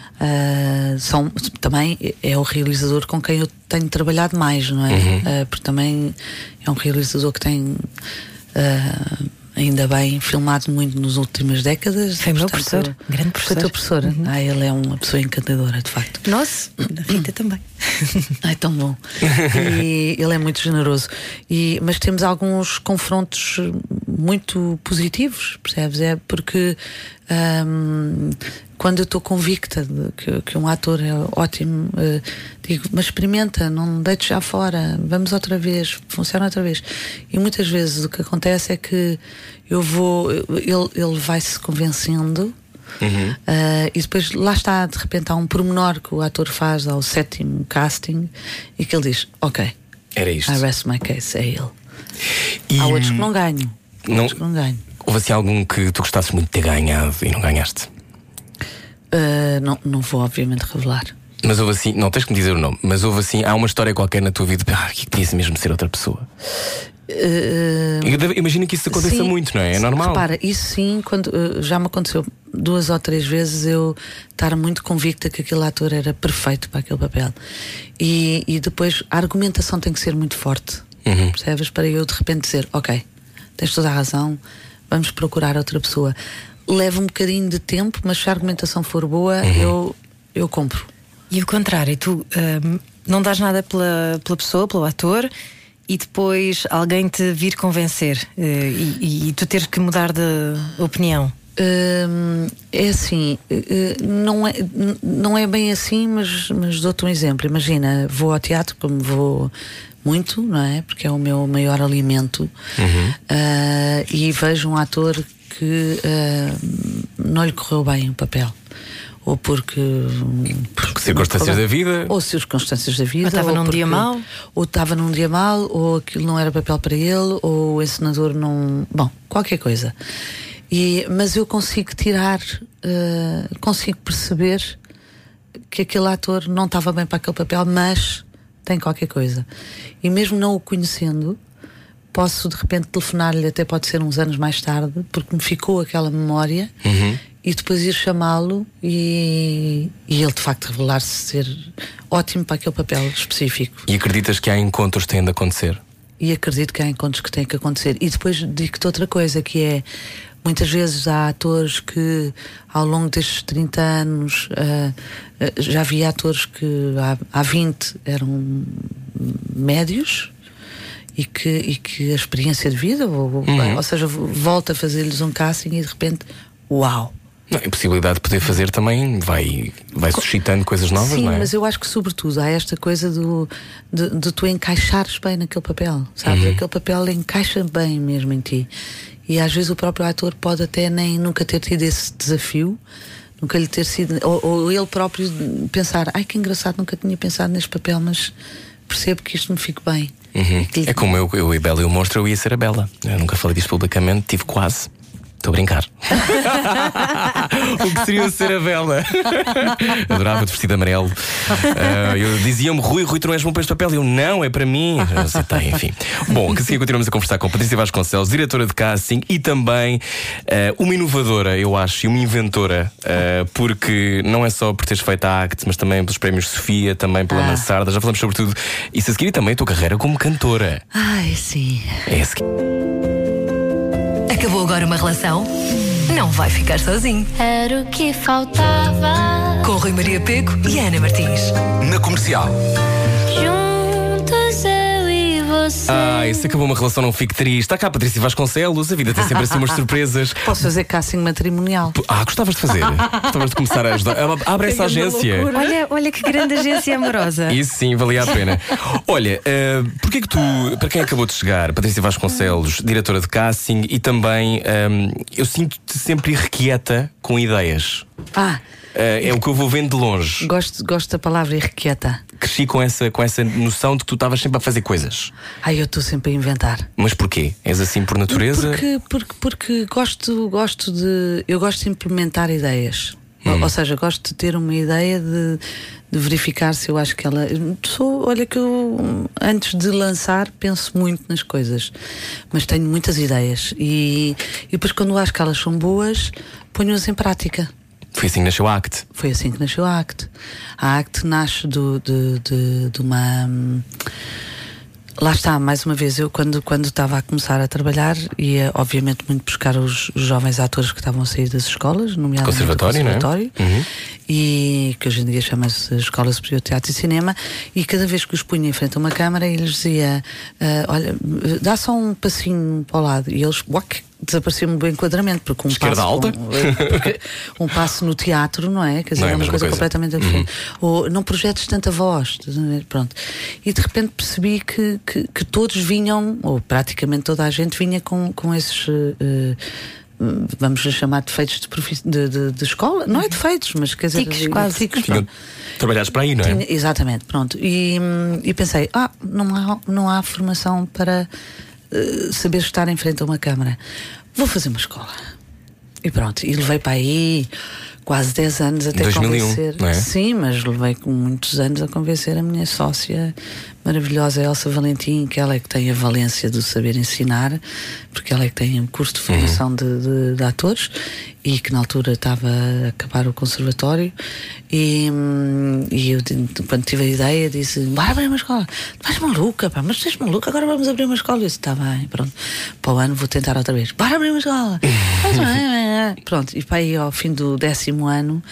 Uh, são, também é o realizador com quem eu tenho trabalhado mais, não é? Uhum. Uh, porque também é um realizador que tem. Uh, ainda bem filmado muito nas últimas décadas. Foi meu Portanto, professor, grande Foi professor. teu professor. Uhum. Ah, ele é uma pessoa encantadora, de facto. Nossa, da Rita também. Ai, tão bom. E ele é muito generoso. E, mas temos alguns confrontos muito positivos, percebes? É porque hum, quando eu estou convicta de que, que um ator é ótimo, uh, digo, mas experimenta, não deites já fora, vamos outra vez, funciona outra vez. E muitas vezes o que acontece é que eu vou, ele, ele vai-se convencendo. Uhum. Uh, e depois lá está, de repente há um pormenor que o ator faz ao sétimo casting e que ele diz, ok, Era isto. I rest my case, é ele. E, Há outros que não ganham. não- Outros que não ganham. Houve assim algum que tu gostasses muito de ter ganhado e não ganhaste? Uh, não, não vou obviamente revelar. Mas houve assim, não tens que me dizer o nome, mas houve assim, há uma história qualquer na tua vida, ah, que podia mesmo ser outra pessoa. Uh, Eu devo- imagino que isso aconteça sim, muito, não é? É sim, normal. Repara, isso sim, quando, uh, já me aconteceu duas ou três vezes eu estar muito convicta que aquele ator era perfeito para aquele papel. E, e depois a argumentação tem que ser muito forte, Uhum. percebes? Para eu de repente dizer, ok, tens toda a razão, vamos procurar outra pessoa. Leva um bocadinho de tempo, mas se a argumentação for boa, Uhum. eu, eu compro. E o contrário, tu hum, não dás nada pela, pela pessoa, pelo ator, e depois alguém te vir convencer eh, e, e tu teres que mudar de opinião. Hum, é assim, não é, não é bem assim, mas, mas dou-te um exemplo. Imagina, vou ao teatro, como vou muito, não é? Porque é o meu maior alimento. Uhum. uh, e vejo um ator que uh, não lhe correu bem o papel. Ou porque, porque circunstâncias da vida, ou circunstâncias da vida, ou estava num porque, dia mau, ou estava num dia mau, ou aquilo não era papel para ele, ou o encenador não. Bom, qualquer coisa. E, mas eu consigo tirar, uh, consigo perceber que aquele ator não estava bem para aquele papel, mas tem qualquer coisa. E mesmo não o conhecendo, posso de repente telefonar-lhe, até pode ser uns anos mais tarde, porque me ficou aquela memória. Uhum. E depois ir chamá-lo e, e ele de facto revelar-se ser ótimo para aquele papel específico. E acreditas que há encontros que têm de acontecer? E acredito que há encontros que têm que acontecer. E depois digo-te outra coisa, que é, muitas vezes há atores que ao longo destes trinta anos, uh, uh, já havia atores que há, há vinte eram médios e que, e que a experiência de vida, ou, uhum. ou seja, volta a fazer-lhes um casting e de repente, uau! Não, a possibilidade de poder fazer também vai, vai suscitando coisas novas, Sim, não é? mas eu acho que sobretudo há esta coisa do, de, de tu encaixares bem naquele papel, sabes? Uhum. Aquele papel encaixa bem mesmo em ti. E às vezes o próprio ator pode até nem nunca ter tido esse desafio, nunca lhe ter sido, ou, ou ele próprio pensar, ai que engraçado, nunca tinha pensado neste papel, mas percebo que isto me fique bem. Uhum. Que... É como eu, eu e Bela e o Monstro, eu ia ser a Bela. Eu nunca falei disto publicamente, tive quase. Estou a brincar. O que seria ser a Bela? Adorava-te vestido de amarelo. Uh, eu dizia-me, Rui, Rui, tu não és bom para este papel. Eu, não, é para mim. Aceitei, enfim. Bom, que assim continuamos a conversar com Patrícia Vasconcelos, diretora de casting e também uh, uma inovadora, eu acho, e uma inventora, uh, porque não é só por teres feito a ACT, mas também pelos prémios Sofia, também pela ah. Mansarda. Já falamos sobre tudo isso a seguir, e também a tua carreira como cantora. Ai, sim. É a seguir. Acabou agora uma relação? Não vai ficar sozinho. Era o que faltava. Com Rui Maria Pego e Ana Martins. Na Comercial. Juntos eu e você. Ah, isso acabou uma relação, não fique triste. Está cá a Patrícia Vasconcelos, a vida tem sempre assim umas surpresas. Posso fazer casting matrimonial? Ah, gostavas de fazer? Gostavas de começar a ajudar? Abre essa agência. Olha, olha que grande agência amorosa. Isso sim, valia a pena. Olha, uh, porquê que tu, para quem acabou de chegar, Patrícia Vasconcelos, diretora de casting, e também um, eu sinto-te sempre irrequieta com ideias. Ah, uh, é o que eu vou vendo de longe. Gosto, gosto da palavra irrequieta. Cresci com essa, com essa noção de que tu estavas sempre a fazer coisas. Ai, eu estou sempre a inventar. Mas porquê? És assim por natureza? Porque, porque, porque gosto, gosto de. Eu gosto de implementar ideias. Hum. Ou seja, gosto de ter uma ideia de, de verificar se eu acho que ela. Sou, olha que eu, antes de lançar, penso muito nas coisas. Mas tenho muitas ideias. E, e depois, quando eu acho que elas são boas, ponho-as em prática. Foi assim que nasceu a ACT. Foi assim que nasceu a ACT. A ACT nasce do, de, de, de uma. Lá está, mais uma vez, eu quando, quando estava a começar a trabalhar, ia obviamente muito buscar os, os jovens atores que estavam a sair das escolas, nomeadamente conservatório, do conservatório, não é? Uhum. E que hoje em dia chama-se Escola Superior de Teatro e Cinema, e cada vez que os punha em frente a uma câmara, ele lhes dizia, uh, olha, dá só um passinho para o lado, e eles, uac, desaparecia-me do enquadramento, porque um Esquerda passo, alta? Um, um passo no teatro, não é? Quer dizer, não é é uma coisa, coisa completamente diferente. Uhum. Ou não projetes tanta voz, pronto. E de repente percebi que, que, que todos vinham, ou praticamente toda a gente vinha com, com esses. Uh, vamos chamar defeitos de, profi- de, de, de escola, não é defeitos, mas quer dizer, tiques, quase. Tiques, Tinham trabalhados para aí, não é? Tinha, exatamente, pronto. E, e pensei, ah, não há, não há formação para uh, saber estar em frente a uma câmara. Vou fazer uma escola. E pronto, e levei para aí quase dez anos até dois mil e um, convencer. não é? Sim, mas levei com muitos anos a convencer a minha sócia maravilhosa Elsa Valentim, que ela é que tem a valência do saber ensinar, porque ela é que tem um curso de formação uhum. de, de, de atores, e que na altura estava a acabar o conservatório, e, e eu, quando tive a ideia, disse, bora abrir uma escola. Tu vais maluca, pá, mas tu és maluca, agora vamos abrir uma escola. Eu disse, está bem, pronto, para o ano vou tentar outra vez, bora abrir uma escola. Pronto, e para aí ao fim do décimo ano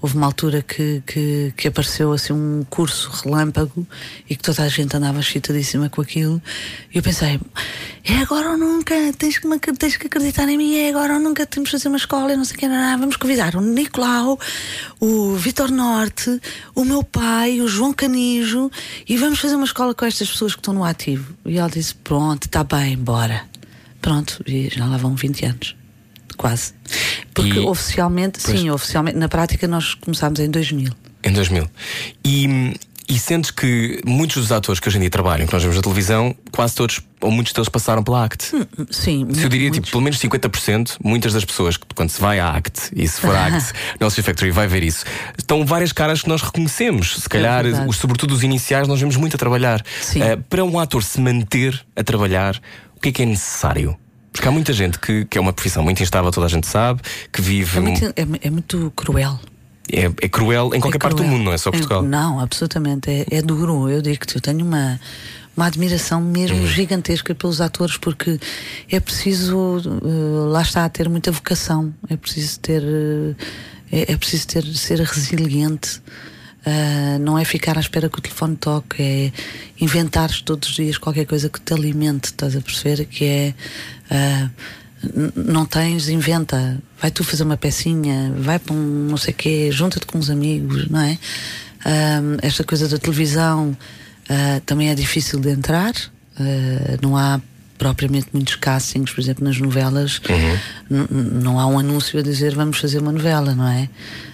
houve uma altura que, que, que apareceu assim um curso relâmpago e que toda a gente andava excitadíssima com aquilo. E eu pensei, é agora ou nunca, tens que, tens que acreditar em mim, é agora ou nunca, temos que fazer uma escola e não sei o que, vamos convidar o Nicolau, o Vitor Norte, o meu pai, o João Canijo, e vamos fazer uma escola com estas pessoas que estão no ativo. E ela disse, pronto, está bem, bora. Pronto, e já lá vão vinte anos. Quase. Porque e, oficialmente, pois, sim, oficialmente, na prática nós começámos em dois mil. Em dois mil. E, e sentes que muitos dos atores que hoje em dia trabalham, que nós vemos na televisão, quase todos, ou muitos deles passaram pela ACT. Hum, sim. Se eu diria, muitos. tipo, pelo menos cinquenta por cento, muitas das pessoas, quando se vai à ACT, e se for à ACT, Nosso Factory vai ver isso, estão várias caras que nós reconhecemos. Se calhar, é os, sobretudo os iniciais, nós vemos muito a trabalhar. Uh, para um ator se manter a trabalhar, o que é que é necessário? Porque há muita gente que, que é uma profissão muito instável, toda a gente sabe, que vive. É muito, é, é muito cruel. É, é cruel em qualquer é parte do mundo, não é só Portugal. É, não, absolutamente. É, é duro. Eu digo-te, eu tenho uma, uma admiração mesmo uhum. gigantesca pelos atores, porque é preciso, uh, lá está, ter muita vocação. É preciso ter. Uh, é, é preciso ter, ser resiliente. Uh, não é ficar à espera que o telefone toque, é inventares todos os dias qualquer coisa que te alimente, estás a perceber? Que é uh, n- não tens, inventa, vai tu fazer uma pecinha, vai para um não sei o quê, junta-te com uns amigos, não é? Uh, esta coisa da televisão uh, também é difícil de entrar, uh, não há propriamente muitos castings, por exemplo, nas novelas, uhum. n- não há um anúncio a dizer vamos fazer uma novela, não é?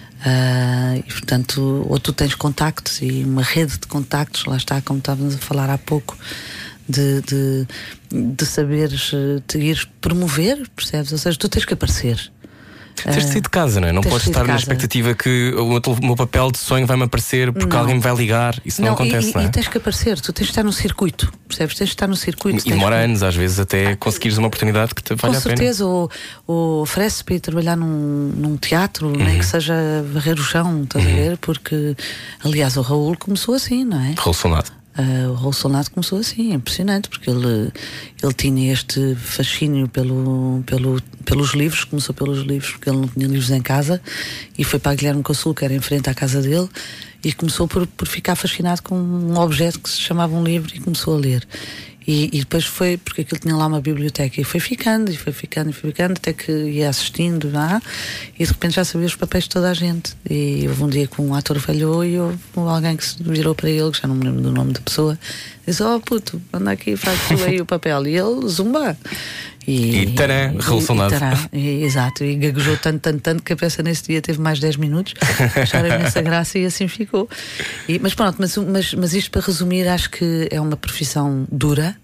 Uh, e portanto, ou tu tens contactos e uma rede de contactos, lá está, como estávamos a falar há pouco, de, de, de saberes te ires promover, percebes? Ou seja, tu tens que aparecer. Tens de sair de casa, não é? Não podes estar na expectativa que o meu papel de sonho vai-me aparecer porque não. alguém me vai ligar. Isso não, não acontece, e, não é? E tens que aparecer, tu tens de estar no circuito, percebes? Tens de estar no circuito. E demora que... anos, às vezes, até conseguires uma oportunidade que te vale a pena. Com certeza, ou, ou oferece para ir trabalhar num, num teatro, uhum. nem que seja varrer o chão, estás uhum. a ver? Porque, aliás, o Raul começou assim, não é? Raul Solnado. Uh, o Raul Solnado começou assim, é impressionante, porque ele, ele tinha este fascínio pelo, pelo, pelos livros, começou pelos livros, porque ele não tinha livros em casa, e foi para a Guilherme Consul, que era em frente à casa dele, e começou por, por ficar fascinado com um objeto que se chamava um livro, e começou a ler. E, e depois foi, porque aquilo tinha lá uma biblioteca, e foi ficando, e foi ficando, e foi ficando, até que ia assistindo lá, e de repente já sabia os papéis de toda a gente. E houve um dia que um ator falhou, e houve alguém que se virou para ele, que já não me lembro do nome da pessoa, disse: oh puto, anda aqui, faz tu aí o papel. E ele, zumba. E, e tarã, relacionado. Exato, e gaguejou tanto, tanto, tanto que a peça nesse dia teve mais dez minutos, acharam imensa graça e assim ficou. E, mas pronto, mas, mas, mas isto para resumir, acho que é uma profissão dura,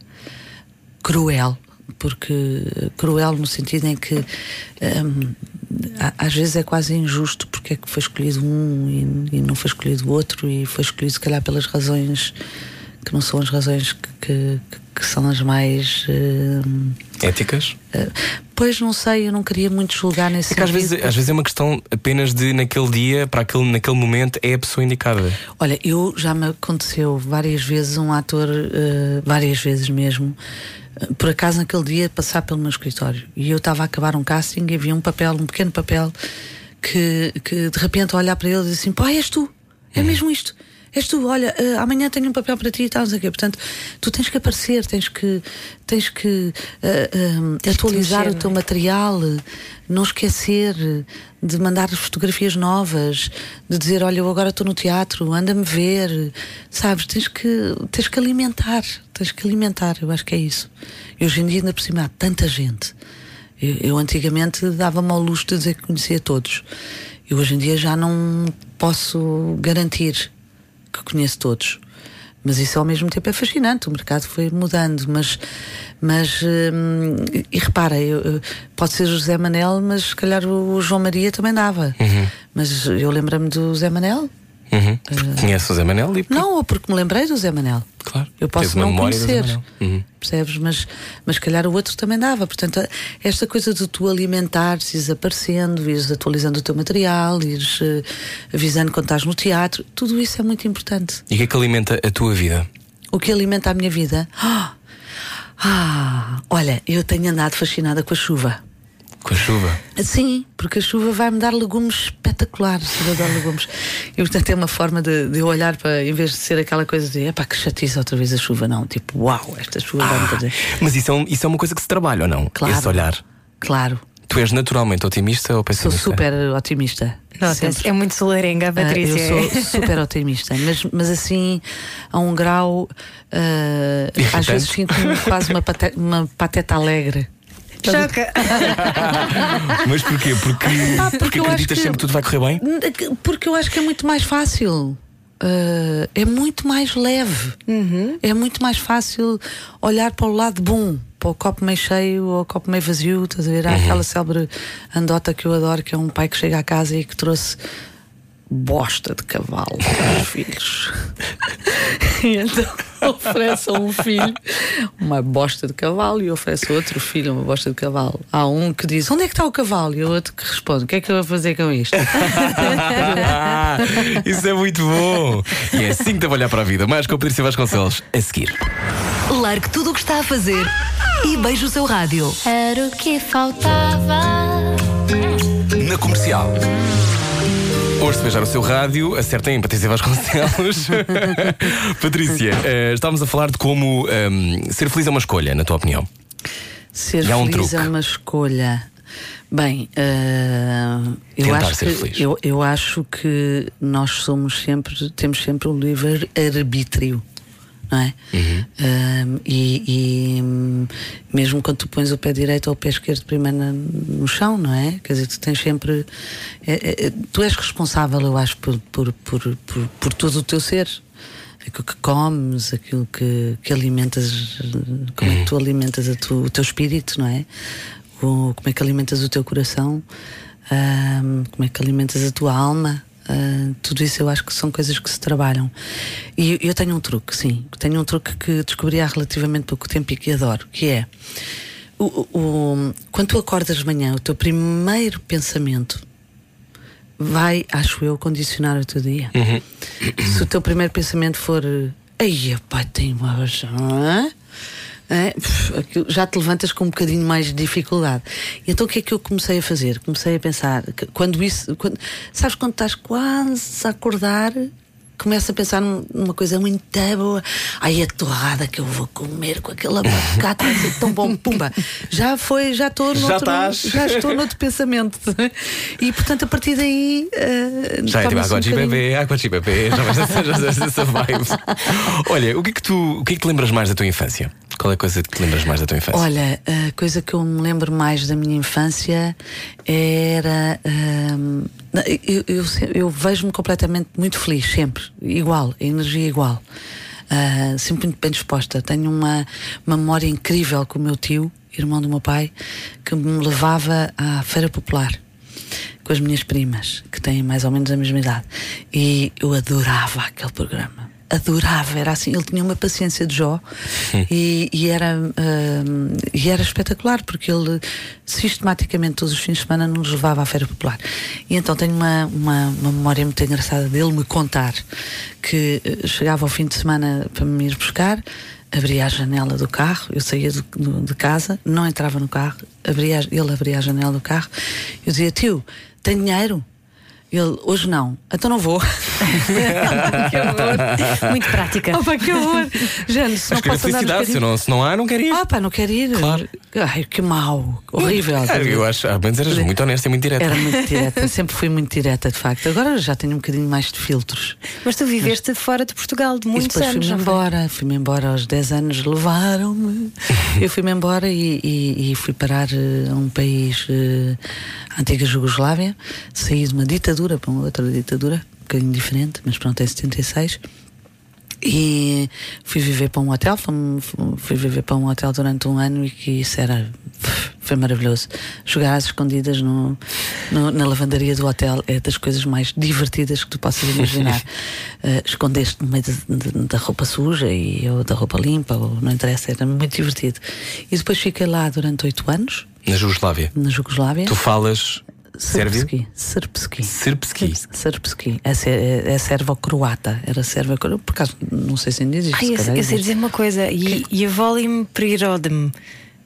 cruel, porque cruel no sentido em que hum, às vezes é quase injusto, porque é que foi escolhido um e, e não foi escolhido o outro, e foi escolhido se calhar pelas razões que não são as razões que, que, que são as mais uh, éticas? Uh, pois não sei, eu não queria muito julgar nesse é que às vezes, às vezes é uma questão apenas de naquele dia, para aquele, naquele momento, é a pessoa indicada. Olha, eu já me aconteceu várias vezes um ator, uh, várias vezes mesmo, uh, por acaso naquele dia passar pelo meu escritório, e eu estava a acabar um casting e havia um papel, um pequeno papel, que, que de repente olhar para ele e dizer assim: pá, és tu, é mesmo isto. És tu, olha, uh, amanhã tenho um papel para ti e tal, não sei o quê. Portanto, tu tens que aparecer, tens que, tens que uh, um, tens atualizar que o teu material, não esquecer de mandar fotografias novas, de dizer: olha, eu agora estou no teatro, anda-me ver, sabes? Tens que, tens que alimentar, tens que alimentar, eu acho que é isso. E hoje em dia, ainda por cima, há tanta gente. Eu, eu antigamente dava-me ao luxo de dizer que conhecia todos. E hoje em dia já não posso garantir que conheço todos, mas isso ao mesmo tempo é fascinante. O mercado foi mudando, mas, mas hum, e repara, eu, pode ser o José Manel, mas se calhar o João Maria também dava. Uhum. Mas eu lembro-me do Zé Manel. Uhum. Uh, Conhece o Zé Manel? E por... Não, ou porque me lembrei do Zé Manel. Claro. Eu posso não conhecer, uhum. percebes? Mas, mas se calhar o outro também dava. Portanto, esta coisa de tu alimentares, ires aparecendo, ires atualizando o teu material, ires uh, avisando quando estás no teatro, tudo isso é muito importante. E o que é que alimenta a tua vida? O que alimenta a minha vida? Ah, ah, olha, eu tenho andado fascinada com a chuva. Com a chuva? Sim, porque a chuva vai-me dar legumes espetaculares. Eu adoro legumes. E portanto é uma forma de, de eu olhar para, em vez de ser aquela coisa de epá, que chatice outra vez a chuva, não. Tipo, uau, esta chuva ah, vai-me fazer. Mas isso é, um, isso é uma coisa que se trabalha ou não? Claro. Esse olhar. Claro. Tu és naturalmente otimista ou pessimista? Sou super otimista. Nossa, é muito solarenga a Patrícia. Uh, eu sou super otimista, mas, mas assim, a um grau, uh, às vezes sinto-me quase uma, pate, uma pateta alegre. Choca! Mas porquê? Porque, ah, porque, porque acreditas que, sempre que tudo vai correr bem? Porque eu acho que é muito mais fácil. Uh, é muito mais leve. Uhum. É muito mais fácil olhar para o lado bom, para o copo meio cheio ou o copo meio vazio. Estás a ver? Há uhum. aquela célebre andota que eu adoro, que é um pai que chega à casa e que trouxe bosta de cavalo para os filhos. E então oferece a um filho uma bosta de cavalo e oferece a outro filho uma bosta de cavalo. Há um que diz: onde é que está o cavalo? E o outro que responde: o que é que eu vou fazer com isto? Isso é muito bom. E é assim que deve olhar para a vida. Mais com o Patrícia Vasconcelos a seguir. Largue tudo o que está a fazer e beije o seu rádio. Era o que faltava. Na Comercial. Hoje, se beijar o seu rádio, acertem em Patrícia Vasconcelos. Patrícia, uh, estávamos a falar de como um, ser feliz é uma escolha, na tua opinião. Ser um feliz truque. é uma escolha. Bem, uh, eu, acho ser que, feliz. eu, eu acho que nós somos sempre, temos sempre um livre-arbítrio. Não é? Uhum. Um, e, e mesmo quando tu pões o pé direito ou o pé esquerdo primeiro na, no chão, não é? Quer dizer, tu tens sempre. É, é, tu és responsável, eu acho, por, por, por, por, por todo o teu ser. Aquilo que comes, aquilo que, que alimentas, como uhum. é que tu alimentas a tu, o teu espírito, não é? O, como é que alimentas o teu coração, um, como é que alimentas a tua alma. Uh, tudo isso eu acho que são coisas que se trabalham. E eu tenho um truque, sim. Tenho um truque que descobri há relativamente pouco tempo e que adoro, que é o, o, quando tu acordas de manhã, o teu primeiro pensamento vai, acho eu, condicionar o teu dia. Uhum. Se o teu primeiro pensamento for ai, pai, tem uma razão, é, já te levantas com um bocadinho mais de dificuldade. E então o que é que eu comecei a fazer? Comecei a pensar, quando isso, quando, sabes, quando estás quase a acordar, começo a pensar numa coisa muito boa. Ai, a torrada que eu vou comer com aquele abacate vai ser tão bom, pumba. Já foi, já estou noutro, já estou noutro pensamento. E portanto, a partir daí uh, já é tipo água de bebê, água de bebê, já vais nessa vibe. Olha, o que é que tu, o que é que te lembras mais da tua infância? Qual é a coisa que te lembras mais da tua infância? Olha, a coisa que eu me lembro mais da minha infância era. Um, eu, eu, eu vejo-me completamente muito feliz, sempre, igual, a energia é igual. Uh, sempre muito bem disposta. Tenho uma, uma memória incrível com o meu tio, irmão do meu pai, que me levava à Feira Popular com as minhas primas, que têm mais ou menos a mesma idade. E eu adorava aquele programa. Adorava, era assim, ele tinha uma paciência de Jó e, e, era, uh, e era espetacular, porque ele sistematicamente todos os fins de semana nos levava à Feira Popular. E então tenho uma, uma, uma memória muito engraçada dele me contar que uh, chegava ao fim de semana para me ir buscar, abria a janela do carro, eu saía do, do, de casa, não entrava no carro, abria, ele abria a janela do carro, eu dizia: tio, tem dinheiro? Ele: hoje não, então não vou. Que horror. Muito prática. Opa, que horror. Jane, se não posso andar se não, se não há, não quer ir. Ah, pá, não quer ir. Claro. Ai, que mau, horrível. É, eu acho, ao menos eras muito honesta e muito direta. Era muito direta, sempre fui muito direta, de facto. Agora já tenho um bocadinho mais de filtros. Mas tu viveste Mas... fora de Portugal de muitos e depois anos. Fui-me embora, fui-me embora aos dez anos, levaram-me. Eu fui-me embora e, e, e fui parar a um país, a antiga Jugoslávia, saí de uma ditadura para uma outra ditadura, um bocadinho diferente, mas pronto, é setenta e seis. E fui viver para um hotel, fui, fui viver para um hotel durante um ano e que isso era, foi maravilhoso. Jogar às escondidas no, no, na lavandaria do hotel é das coisas mais divertidas que tu possas imaginar. uh, Escondeste no meio de, de, da roupa suja e, ou da roupa limpa, ou não interessa, era muito divertido. E depois fiquei lá durante oito anos. Na Jugoslávia? Na Jugoslávia. Tu falas... Sérvio? Srpski. Srpski. Srpski. É, é, é servo-croata. Era servo-croata. Por acaso, não sei se ainda existe. Ai, eu, eu sei dizer uma coisa. E, e a volim prirodem.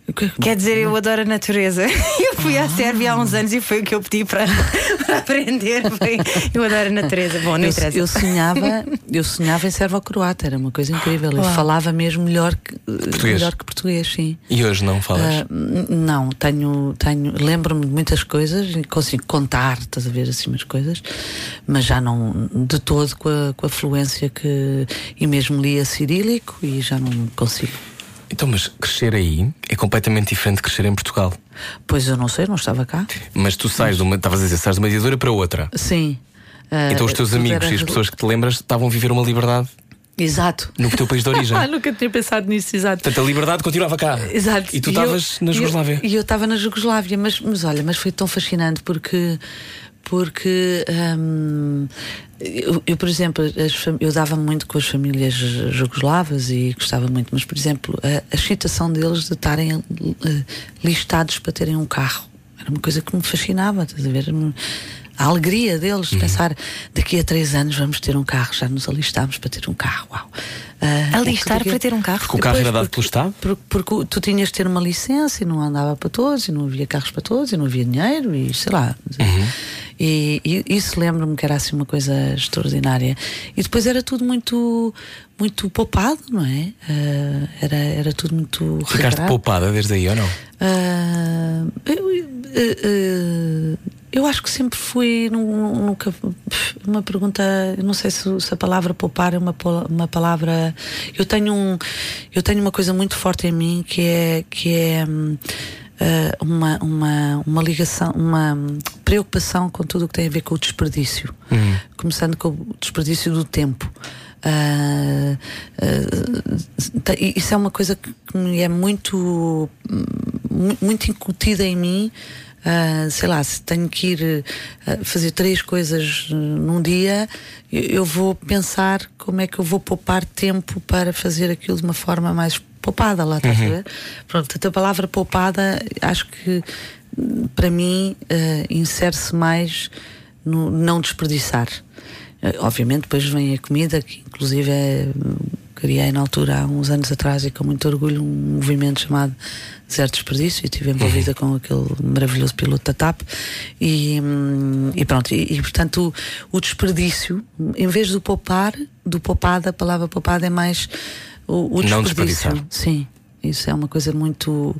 Quer dizer, eu adoro a natureza. Eu fui à Sérvia há uns anos e foi o que eu pedi para, para aprender. Foi, eu adoro a natureza. Bom, não eu, interessa. eu sonhava, eu sonhava em servo-croata, era uma coisa incrível. Eu Uau. falava mesmo melhor que português. melhor que português, sim. E hoje não falas? Uh, não, tenho, tenho lembro-me de muitas coisas e consigo contar, estás a ver assim umas coisas, mas já não de todo com a, com a fluência que. E mesmo lia cirílico e já não consigo. Então, mas crescer aí é completamente diferente de crescer em Portugal. Pois eu não sei, não estava cá. Mas tu sais de uma, estavas a dizer, sais de uma ditadura para outra. Sim. Uh, Então os teus tudo amigos era- e as pessoas que te lembras estavam a viver uma liberdade Exato. no teu país de origem. Ah, nunca tinha pensado nisso, exato. Portanto, a liberdade continuava cá. Exato. E tu eu- estavas na e eu- Jugoslávia. E eu estava na Jugoslávia, mas, mas olha, mas foi tão fascinante porque. Porque hum, eu, eu, por exemplo, as fam- eu dava muito com as famílias jugoslavas e gostava muito, mas, por exemplo, a, a excitação deles de estarem eh, listados para terem um carro era uma coisa que me fascinava, estás a ver? A alegria deles de pensar daqui a três anos vamos ter um carro, já nos alistámos para ter um carro. Uau! Ah, Alistar tudo para ter um carro? Porque o carro Depois, era dado porque- pelo Estado? Porque, porque tu tinhas de ter uma licença e não andava para todos, e não havia carros para todos, e não havia dinheiro, e sei lá. E, e isso lembro-me que era assim uma coisa extraordinária. E depois era tudo muito, muito poupado, não é? Ah, era, era tudo muito Ficaste regrado. poupada desde aí ou não? Ah, eu, eh, eh, eu acho que sempre fui nu- nunca uma pergunta, eu não sei se, se a palavra poupar é uma, pola- uma palavra. Eu tenho um, eu tenho uma coisa muito forte em mim que é que é hum, ah, uma, uma, uma ligação, uma hum, preocupação com tudo o que tem a ver com o desperdício, começando com o desperdício do tempo. Ah, ah, te- isso é uma coisa que que me é muito mu- muito incutida em mim. Ah, sei lá, se tenho que ir ah, fazer três coisas ah, num dia, eu, eu vou pensar como é que eu vou poupar tempo para fazer aquilo de uma forma mais poupada, lá estás a ver? Pronto, a palavra poupada acho que hum, para mim ah, insere-se mais no não desperdiçar. Eh, Obviamente depois vem a comida, que inclusive é, hum, criei na altura há uns anos atrás e com muito orgulho um movimento chamado Zero Desperdício, e estive envolvida com aquele maravilhoso piloto da TAP e, hum, e pronto, e, e portanto o, o desperdício, em vez do poupar, do poupado, a palavra poupado é mais o, o Não desperdício. desperdiçar. Sim, isso é uma coisa muito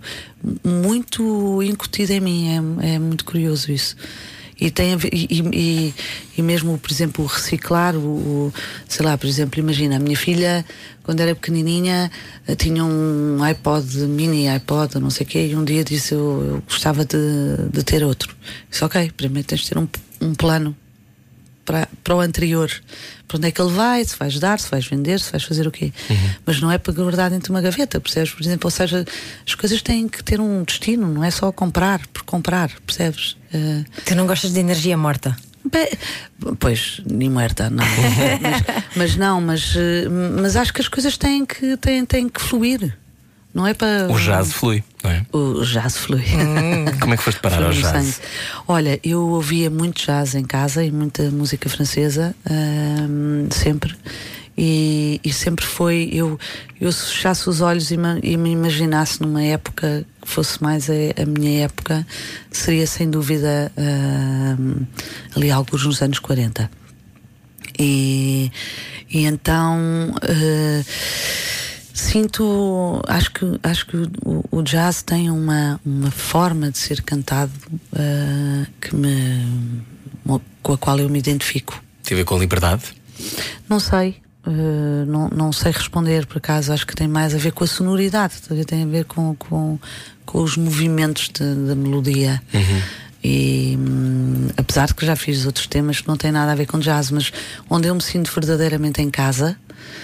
muito incutida em mim, é, é muito curioso isso. E, tem a ver, e, e, e mesmo, por exemplo, o reciclar, o, o, sei lá, por exemplo, imagina, a minha filha, quando era pequenininha, eh, tinha um iPod, mini iPod, não sei o quê, e um dia disse, eu, eu gostava de, de ter outro. Disse, ok, primeiro tens de ter um, um plano para, para o anterior. Para onde é que ele vai, se vais dar, se vais vender, se vais fazer o quê. Mas não é para guardar dentro de uma gaveta, percebes? Por exemplo, ou seja, as coisas têm que ter um destino, não é só comprar por comprar, percebes? Uh, Tu não gostas de energia morta? Bem, pois, nem muerta, não. mas, mas não, mas, eh, mas acho que as coisas têm que, têm, têm que fluir. Não é para. O jazz flui, não é? O jazz flui. Como é que foste parar Flui ao no jazz? sangue. Olha, eu ouvia muito jazz em casa e muita música francesa, hum, sempre. E, e sempre foi. Eu, eu se fechasse os olhos e me, e me imaginasse numa época que fosse mais a, a minha época, seria sem dúvida hum, ali alguns nos anos quarenta. E, e então. Uh, Sinto, acho que, acho que o, o jazz tem uma, uma forma de ser cantado uh, que me, com a qual eu me identifico. Tem a ver com a liberdade? Não sei, uh, não, não sei responder, por acaso. Acho que tem mais a ver com a sonoridade, tem a ver com, com, com os movimentos da melodia. Uhum. E hum, apesar de que já fiz outros temas que não têm nada a ver com jazz, mas onde eu me sinto verdadeiramente em casa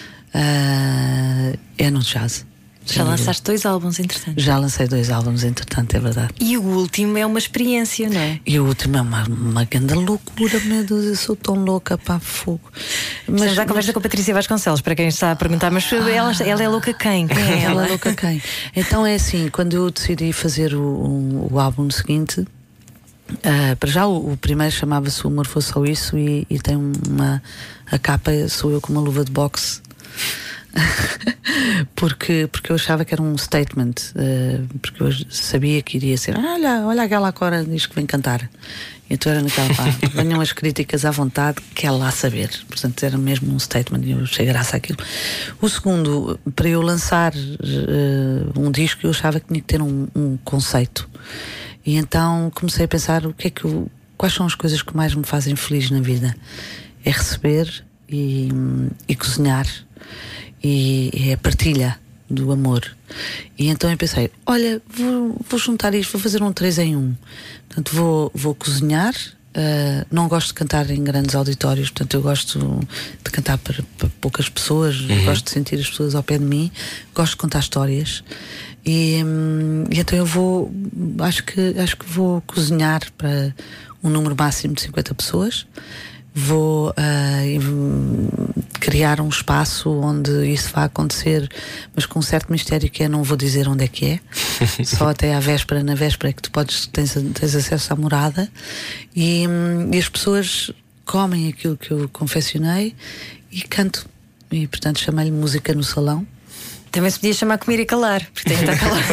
uh, é no jazz. Já lançaste dois álbuns, entretanto. Já lancei dois álbuns, entretanto, é verdade. E o último é uma experiência, não é? E o último é uma, uma grande loucura, meu Deus, eu sou tão louca para fogo. Mas Estamos à conversa com a Patrícia Vasconcelos, para quem está a perguntar, mas ela, ela é louca quem? Quem é ela ela? é louca quem? Então é assim, quando eu decidi fazer o, o, o álbum seguinte, uh, para já o, o primeiro chamava-se O Amor Foi Só Isso e, e tem uma. A capa sou eu com uma luva de boxe. porque, porque eu achava que era um statement, uh, porque eu sabia que iria ser: olha, olha aquela agora diz que vem cantar. Então era naquela pá, venham as críticas à vontade, quer lá saber. Portanto, era mesmo um statement e eu achei graça àquilo. O segundo, para eu lançar uh, um disco, eu achava que tinha que ter um, um conceito. E então comecei a pensar o que é que eu, quais são as coisas que mais me fazem feliz na vida. É receber e, e cozinhar, e, e é a partilha do amor. E então eu pensei: olha, vou, vou juntar isto, vou fazer um três em um. Portanto, vou, vou cozinhar. Uh, não gosto de cantar em grandes auditórios, portanto, eu gosto de cantar para, para poucas pessoas. Uhum. Gosto de sentir as pessoas ao pé de mim, gosto de contar histórias. E, hum, e então eu vou, acho que, acho que vou cozinhar para um número máximo de cinquenta pessoas. Vou uh, criar um espaço onde isso vai acontecer, mas com um certo mistério, que é: não vou dizer onde é que é. Só até à véspera, na véspera é que tu podes, tens, tens acesso à morada. E, e as pessoas comem aquilo que eu confeccionei e canto. E portanto chamei-lhe Música no Salão. Também se podia chamar Comer e Calar, porque tem que estar calado.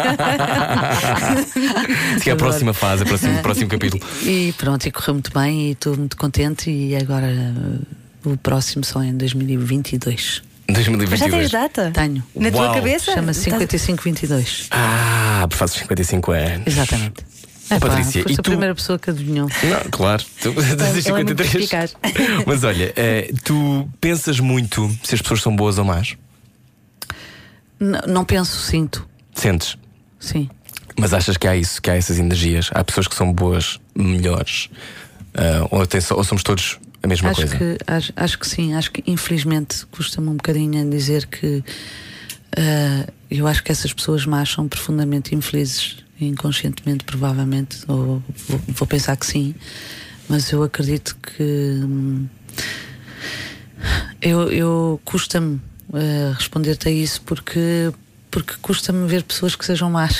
Que é a próxima fase, o próximo, próximo capítulo. E pronto, e correu muito bem e estou muito contente. E agora uh, o próximo só em dois mil e vinte e dois. dois mil e vinte e dois. Mas já tens data? Tenho. Na Uau. tua cabeça? Chama-se cinquenta e cinco vinte e dois. Ah, por fazes cinquenta e cinco anos. Exatamente. Oh, Patrícia, foste e a tu... primeira pessoa que adivinhou. Não, claro, tu tens cinquenta e três. Mas olha, uh, tu pensas muito se as pessoas são boas ou más? N- não penso, sinto. Sentes? Sim. Mas achas que há isso, que há essas energias? Há pessoas que são boas, melhores? Uh, ou, tem, ou somos todos a mesma acho coisa? Que, acho, acho que sim. Acho que infelizmente custa-me um bocadinho a dizer que uh, eu acho que essas pessoas más são profundamente infelizes, inconscientemente, provavelmente. Ou vou, vou pensar que sim. Mas eu acredito que hum, eu, eu custa-me Uh, responder-te a isso, porque, porque custa-me ver pessoas que sejam más.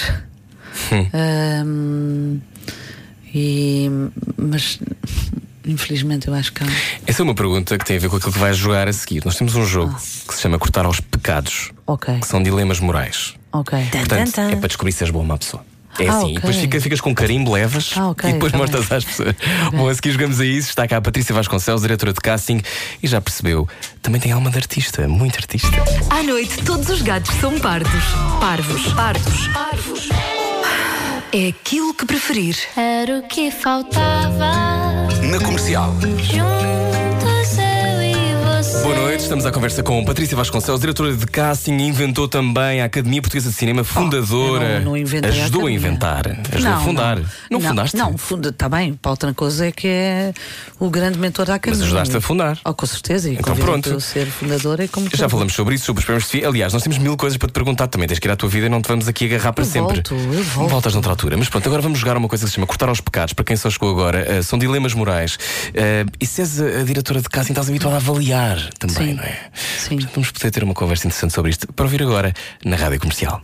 uh, e, mas infelizmente eu acho que há... Essa é uma pergunta que tem a ver com aquilo que vais jogar a seguir. Nós temos um jogo ah. que se chama Cortar aos Pecados, okay. que são dilemas morais. Ok. Portanto, tan, tan. é para descobrir se és boa ou má pessoa. É ah, assim, okay. e depois fica, ficas com carimbo, levas ah, okay, e depois tá mostras às pessoas. Okay. Bom, a seguir jogamos a isso. Está cá a Patrícia Vasconcelos, diretora de casting, e já percebeu, também tem alma de artista, muito artista. À noite, todos os gatos são pardos. Parvos, pardos, parvos. É aquilo que preferir. Era o que faltava. Na Comercial. Juntos eu e você. Boa noite, estamos à conversa com Patrícia Vasconcelos, diretora de casting, inventou também a Academia Portuguesa de Cinema, fundadora. Oh, não, não inventei ajudou a, a inventar, ajudou não, a fundar. Não, não, não fundaste? Não, funda, está bem. O Paulo Trancoso é que é o grande mentor da Academia. Mas ajudaste a fundar. Oh, com certeza. E então pronto. Eu ser fundadora e como já falamos sobre isso, sobre os prémios de Sofia. Aliás, nós temos mil coisas para te perguntar também. Tens que ir à tua vida e não te vamos aqui agarrar para eu sempre. Volto, eu volto. Voltas noutra altura. Mas pronto, agora vamos jogar uma coisa que se chama Cortar aos Pecados. Para quem só chegou agora, uh, são dilemas morais. Uh, e se és a, a diretora de casting, estás habituada a avaliar também, sim, não é? Sim. Portanto, vamos poder ter uma conversa interessante sobre isto. Para ouvir agora na Rádio Comercial.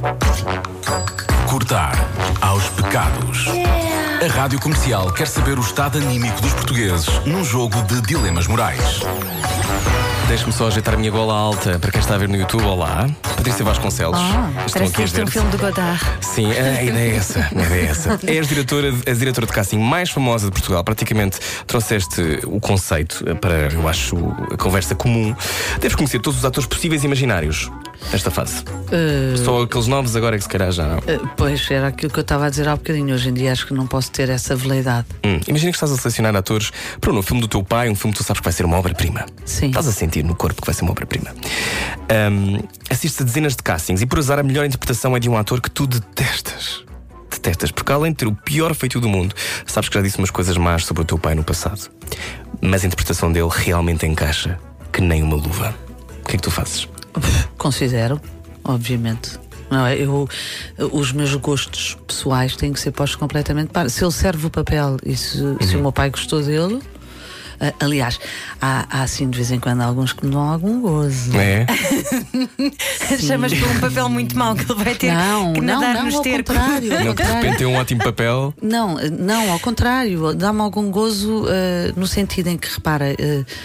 Cortar aos pecados. A Rádio Comercial quer saber o estado anímico dos portugueses num jogo de dilemas morais. Deixe-me só ajeitar a minha gola alta para quem está a ver no YouTube. Olá, Patrícia Vasconcelos. Ah, Estão parece aqui a este é um ver. filme do Godard. Sim, a ideia é essa. A ideia é essa. És diretora, és diretora de casting mais famosa de Portugal. Praticamente trouxeste o conceito para, eu acho, a conversa comum. Deves conhecer todos os atores possíveis e imaginários nesta fase. Uh... Só aqueles novos agora é que se calhar já não. Uh, pois, era aquilo que eu estava a dizer há bocadinho. Hoje em dia acho que não posso ter essa veleidade. Hum, imagina que estás a selecionar atores para um novo filme do teu pai, um filme que tu sabes que vai ser uma obra-prima. Sim. Estás a sentir no corpo que vai ser uma obra-prima. Um, assistes a dezenas de castings e por azar a melhor interpretação é de um ator que tu detestas. Detestas, porque além de ter o pior feitio do mundo, sabes que já disse umas coisas más sobre o teu pai no passado. Mas a interpretação dele realmente encaixa que nem uma luva. O que é que tu fazes? Considero, obviamente. Não é? Eu, os meus gostos pessoais têm que ser postos completamente para. Se ele serve o papel e se, uhum. se o meu pai gostou dele. Uh, aliás, há, há assim de vez em quando alguns que me dão algum gozo. É? Chamas por um papel muito mau que ele vai ter não, que não, nadar não, nos ao tercos. contrário, ao Não, que de repente tem um ótimo papel. Não, não, ao contrário, dá-me algum gozo uh, no sentido em que, repara, uh,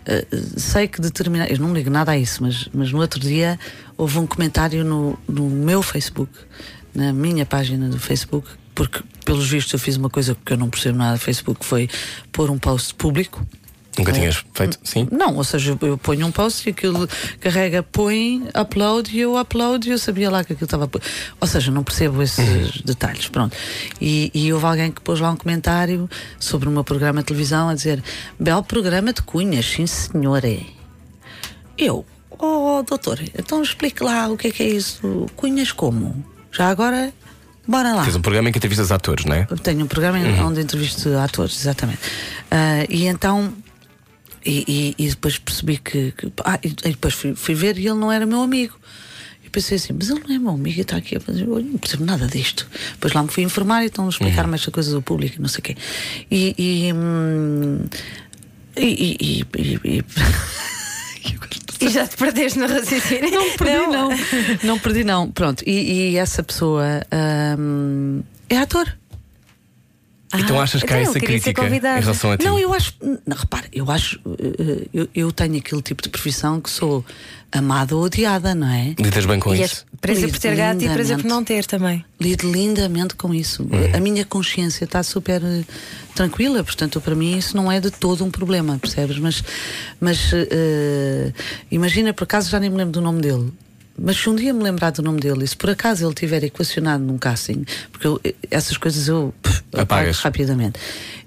uh, sei que determinado. Eu não ligo nada a isso, mas, mas no outro dia houve um comentário no, no meu Facebook, na minha página do Facebook, porque pelos vistos eu fiz uma coisa que eu não percebo nada do Facebook, foi pôr um post público. Nunca tinhas feito? Sim? Não, ou seja, eu ponho um post e aquilo carrega, põe, upload e eu upload e eu sabia lá que aquilo estava. Ou seja, não percebo esses uhum. detalhes. Pronto. E, e houve alguém que pôs lá um comentário sobre o meu programa de televisão a dizer: belo programa de Cunhas, sim senhora. Eu, oh doutor, então explique lá o que é que é isso. Cunhas como? Já agora. Bora lá. Tens um programa em que entrevistas atores, não é? Tenho um programa uhum. onde entrevisto atores, exatamente. Uh, e então. E, e, e depois percebi que. que ah, e depois fui, fui ver e ele não era meu amigo. E pensei assim: mas ele não é meu amigo e está aqui a fazer. Eu não percebo nada disto. Depois lá me fui informar e então explicar-me uhum. esta coisa do público e não sei o quê. E. E, hum, e, e, e, e E já te perdeste no raciocínio? Não perdi, não. Não, não perdi, não. Pronto, e, e essa pessoa hum, é ator. Então achas que há essa crítica em relação a ti? Não, eu acho. Não, repara, eu acho. Eu, eu tenho aquele tipo de profissão que sou amada ou odiada, não é? Lidas bem com e isso? És presa por ter gato e presa por não ter também. Lido lindamente com isso. Uhum. A minha consciência está super uh, tranquila, portanto, para mim isso não é de todo um problema, percebes? Mas, mas uh, imagina, por acaso já nem me lembro do nome dele. Mas se um dia me lembrar do nome dele e se por acaso ele estiver equacionado num casting, porque eu, essas coisas eu pff, apago rapidamente.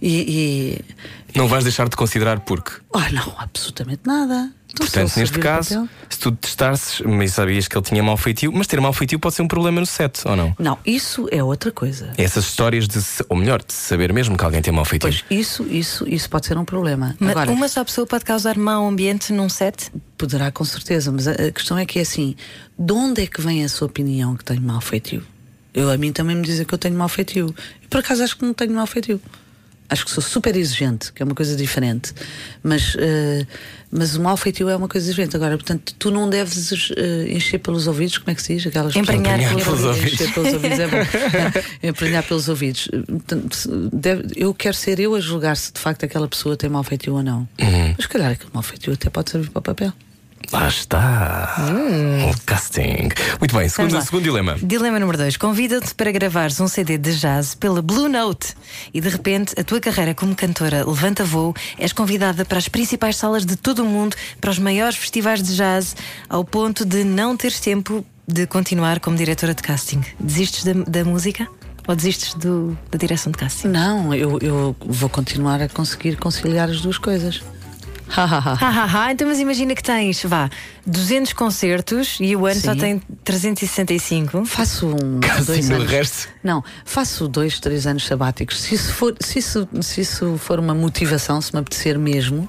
E, e. Não vais deixar de considerar porque? Oh, não, absolutamente nada. Então, portanto, neste caso, se tu testasses, mas sabias que ele tinha mau feitio, mas ter mau feitio pode ser um problema no set, ou não? Não, isso é outra coisa. Essas histórias de, ou melhor, de saber mesmo que alguém tem mau feitio. Pois, isso, isso, isso pode ser um problema. Mas agora, uma só pessoa pode causar mau ambiente num set? Poderá, com certeza, mas a, a questão é que é assim: de onde é que vem a sua opinião que tenho mau feitio? Eu, a mim também me dizem que eu tenho mau feitio. E por acaso acho que não tenho mau feitio. Acho que sou super exigente, que é uma coisa diferente. Mas, uh, mas o mau feitio é uma coisa diferente. Agora, portanto, tu não deves uh, encher pelos ouvidos, como é que se diz? Aquelas Emprenhar pelos, pelos ouvidos. Encher pelos ouvidos é bom. É, emprenhar pelos ouvidos. Portanto, deve, eu quero ser eu a julgar se de facto aquela pessoa tem mau feitio ou não. Uhum. Mas, se calhar, aquele mau feitio até pode servir para o papel. Lá está. Hum. O casting. Muito bem, segundo, segundo dilema. Dilema número dois. Convida-te para gravares um C D de jazz pela Blue Note e de repente a tua carreira como cantora levanta voo. És convidada para as principais salas de todo o mundo, para os maiores festivais de jazz, ao ponto de não teres tempo de continuar como diretora de casting. Desistes da, da música? Ou desistes do, da direção de casting? Não, eu, eu vou continuar a conseguir conciliar as duas coisas. Ha, ha, ha. Ha, ha, ha. Então, mas imagina que tens, vá, duzentos concertos e o ano Sim. só tem trezentos e sessenta e cinco. Faço um, Caso dois anos. Resto. Não, faço dois, três anos sabáticos. Se isso for, se isso, se isso for uma motivação, se me apetecer mesmo,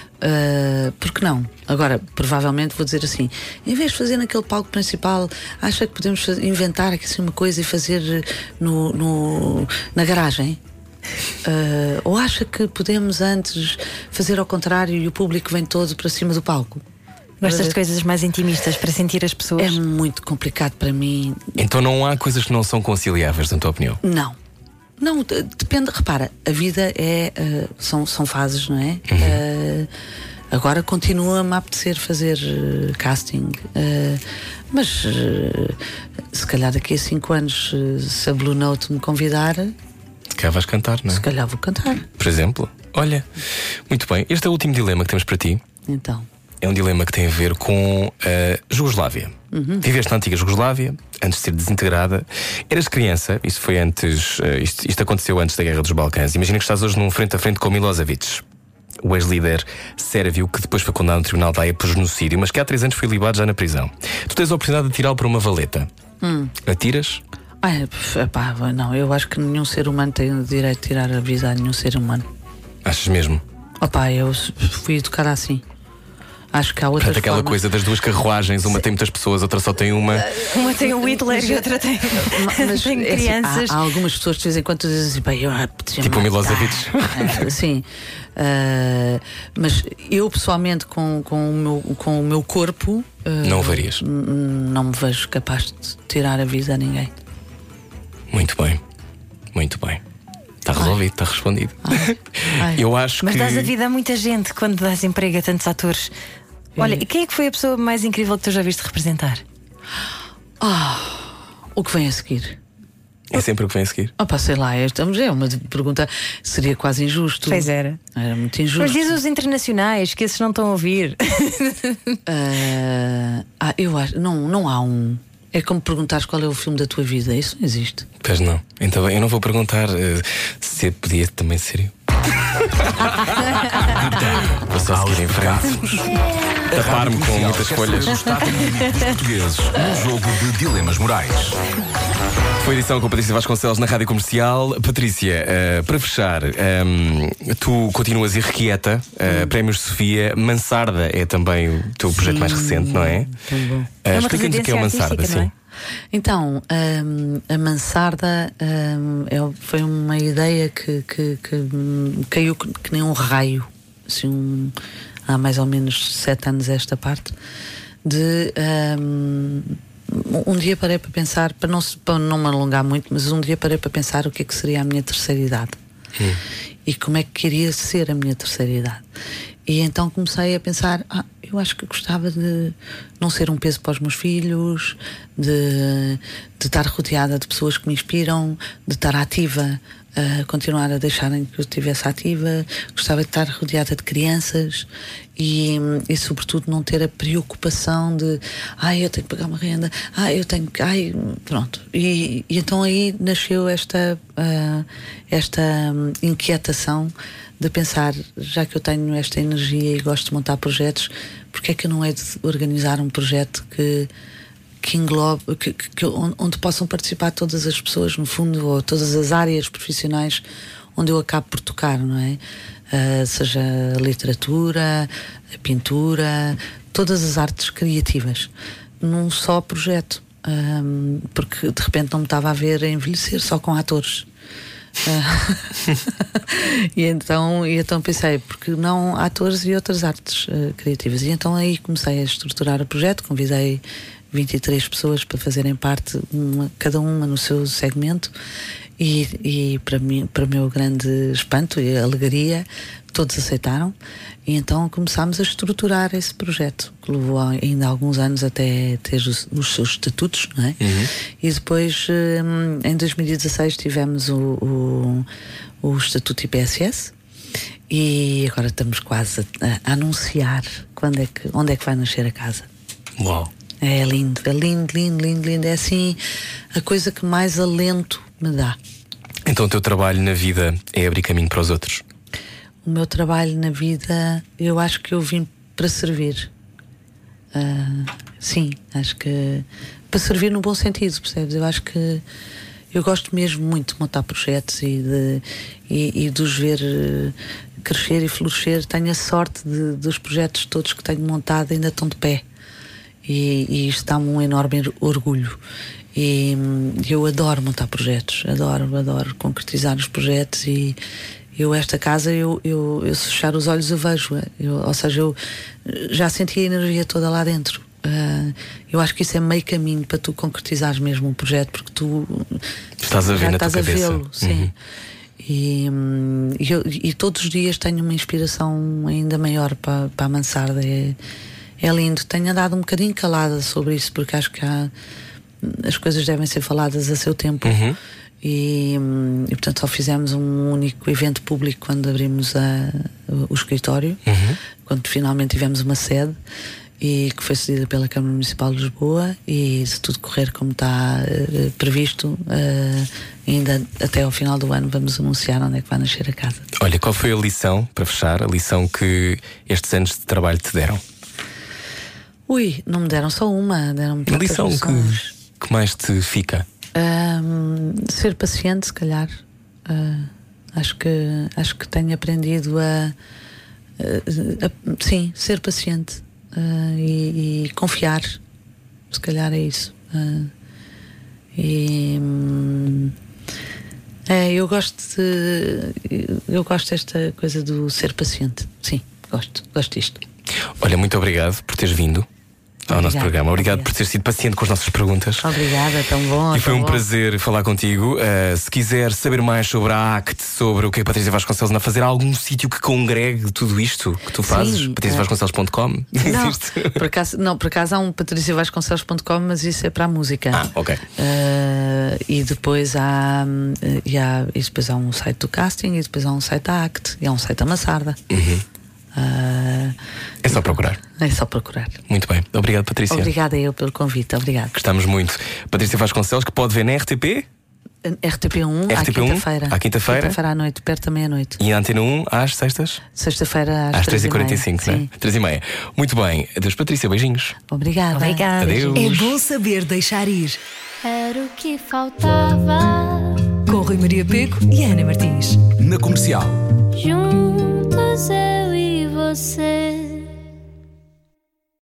uh, porque não? Agora, provavelmente vou dizer assim: em vez de fazer naquele palco principal, acha que podemos fazer, inventar aqui assim uma coisa e fazer no, no, na garagem? Uh, ou acha que podemos antes fazer ao contrário e o público vem todo para cima do palco? Gostas de coisas mais intimistas para sentir as pessoas? É muito complicado para mim. Então não há coisas que não são conciliáveis, na tua opinião? Não. Não, depende, repara, a vida é uh, são, são fases, não é? Uhum. Uh, agora continua-me a apetecer fazer uh, casting, uh, mas uh, se calhar daqui a cinco anos, uh, se a Blue Note me convidar, se calhar vais cantar, não é? Se calhar vou cantar. Por exemplo, olha, muito bem. Este é o último dilema que temos para ti. Então. É um dilema que tem a ver com a Jugoslávia. Uhum. Viveste na antiga Jugoslávia, antes de ser desintegrada. Eras criança, isso foi antes, uh, isto, isto aconteceu antes da Guerra dos Balcãs. Imagina que estás hoje num frente a frente com Milosevic, o ex-líder sérvio que depois foi condenado no Tribunal da Haia por genocídio, mas que há três anos foi libado já na prisão. Tu tens a oportunidade de tirá-lo para uma valeta. Hum. Atiras? Ai, pá, não, eu acho que nenhum ser humano tem o direito de tirar a vida a nenhum ser humano. Achas mesmo? Opá, eu fui educada assim. Acho que há outras Portanto, aquela formas. coisa das duas carruagens, uma Sim. tem muitas pessoas, outra só tem uma. Uma tem o Hitler e outra tem, mas, tem é crianças. Assim, há, há algumas pessoas que de vez em quando dizem assim, bem, eu tipo o Milosevic. Sim. Uh, mas eu pessoalmente com, com, o, meu, com o meu corpo uh, não o varias? Não me vejo capaz de tirar a vida a ninguém. Muito bem, muito bem. Está resolvido, está respondido. Ai. Ai. Eu acho Mas que. dás a vida a muita gente quando dás emprego a tantos atores. Olha, e quem é que foi a pessoa mais incrível que tu já viste representar? Ah, o que vem a seguir? É sempre o que vem a seguir. Ah, pá, sei lá, estamos, é uma pergunta, seria quase injusto. Pois era. Era muito injusto. Mas diz os internacionais, que esses não estão a ouvir. Ah, ah, eu acho, não, não há um. É como perguntares qual é o filme da tua vida. Isso não existe. Pois não. Então eu não vou perguntar uh, se podia também ser eu. Vou só seguir em frente. Tapar-me com muitas folhas. O estado anímico dos portugueses num jogo de dilemas morais. Foi edição com a Patrícia Vasconcelos na Rádio Comercial. Patrícia, uh, para fechar, um, tu continuas irrequieta, uh, Prémios Sofia, Mansarda é também o teu projeto mais recente, não é? Bom. Uh, É uma explica-nos o que é o residência Mansarda, artística, não sim. é? Então, hum, a Mansarda hum, é- foi uma ideia que, que- que, hum, caiu que, que nem um raio, assim, um- há mais ou menos sete anos esta parte, de hum, um dia parei para pensar, para não, se- para não me alongar muito, mas um dia parei para pensar o que é que seria a minha terceira idade e como é que queria ser a minha terceira idade. E então comecei a pensar, ah, eu acho que gostava de não ser um peso para os meus filhos, de, de estar rodeada de pessoas que me inspiram, de estar ativa, a continuar a deixarem que eu estivesse ativa, gostava de estar rodeada de crianças e, e sobretudo não ter a preocupação de ai, eu tenho que pagar uma renda, ai, eu tenho que, ai, pronto. E, e então aí nasceu esta, ah, esta hum, inquietação de pensar, já que eu tenho esta energia e gosto de montar projetos, porque é que eu não é de organizar um projeto que, que englobe, que, que, que- onde, onde possam participar todas as pessoas, no fundo, ou todas as áreas profissionais onde eu acabo por tocar, não é? Ah, seja a literatura, a pintura, todas as artes criativas, num só projeto. Ahm, porque de repente não me estava a ver a envelhecer só com atores. Ah, e, então, e então pensei, porque não atores e outras artes uh, criativas. E então aí comecei a estruturar o projeto, convidei vinte e três pessoas para fazerem parte, uma, cada uma no seu segmento, e, e para mim, para o meu grande espanto e alegria, todos aceitaram. E então começámos a estruturar esse projeto, que levou ainda alguns anos até ter os, os seus estatutos, não é? Uhum. E depois, hum, em dois mil e dezasseis, tivemos o, o, o Estatuto I P S S e agora estamos quase a, a anunciar quando é que, onde é que vai nascer a casa. Uau. É lindo, é lindo, lindo, lindo, lindo. É assim a coisa que mais alento me dá. Então o teu trabalho na vida é abrir caminho para os outros? O meu trabalho na vida, eu acho que eu vim para servir. Ah, sim, acho que para servir no bom sentido, percebes? Eu acho que eu gosto mesmo muito de montar projetos e de, e, e de os ver eh, crescer e florescer. Tenho a sorte de, dos projetos todos que tenho montado ainda estão de pé. E, e isto dá-me um enorme orgulho. E hum, eu adoro montar projetos, adoro, adoro concretizar os projetos. E eu, esta casa, eu, eu, eu se fechar os olhos, eu vejo. Eu, ou seja, eu já senti a energia toda lá dentro. Uh, eu acho que isso é meio caminho para tu concretizares mesmo um projeto, porque tu Estás a ver já na tua estás a cabeça. vê-lo, sim. Uhum. E, hum, e, eu- e todos os dias tenho uma inspiração ainda maior para, para a Mansarda. É, é lindo. Tenho andado um bocadinho calada sobre isso, porque acho que há, as coisas devem ser faladas a seu tempo. Uhum. E, hum, e portanto só fizemos um único evento público quando abrimos a, o, o escritório, Uhum. quando finalmente tivemos uma sede, e que foi cedida pela Câmara Municipal de Lisboa. E se tudo correr como está eh, previsto, eh, ainda até ao final do ano vamos anunciar onde é que vai nascer a casa. Olha, qual foi a lição, para fechar, a lição que estes anos de trabalho te deram? Ui, não me deram só uma, deram-me A tantas lição lições. que, que mais te fica? Ahm, ser paciente, se calhar. Ah, acho que acho que tenho aprendido a, a- a- sim, ser paciente, ah, e, e confiar. Se calhar é isso. Ah, e hum, é, eu gosto de eu gosto desta coisa do ser paciente. Sim, gosto, gosto disto. Olha, muito obrigado por teres vindo ao nosso Obrigada, programa. Obrigado obrigada. por ter sido paciente com as nossas perguntas. Obrigada, tão bom. E foi tão um bom. prazer falar contigo. Uh, se quiser saber mais sobre a ACT, sobre o que é Patrícia Vasconcelos, a fazer algum sítio que congregue tudo isto que tu fazes, Sim, patrícia vasconcelos ponto com. Não, Existe? por acaso, não, por acaso há um patricia vasconcelos ponto com, mas isso é para a música. Ah, ok. Uh, e depois há, uh, e há e depois há um site do casting e depois há um site da ACT e há um site da Massarda. Uhum. Uh, É só procurar. é só procurar. Muito bem. Obrigado, Patrícia. Obrigada eu pelo convite. Obrigada. Gostamos muito. Patrícia Vasconcelos, que pode ver na R T P R T P um, R T P um, à quinta-feira. à quinta-feira. Quinta-feira à noite, perto da meia-noite. e na Antena um às sextas? Sexta-feira às, Às três e quarenta e meia. cinco, não é? Sim. três e meia. Muito bem. Adeus, Patrícia. Beijinhos. Obrigada. Obrigada. Adeus. É bom saber deixar ir. Era o que faltava. Com Rui Maria Pego e Ana Martins. Na Comercial. Juntos eu e você.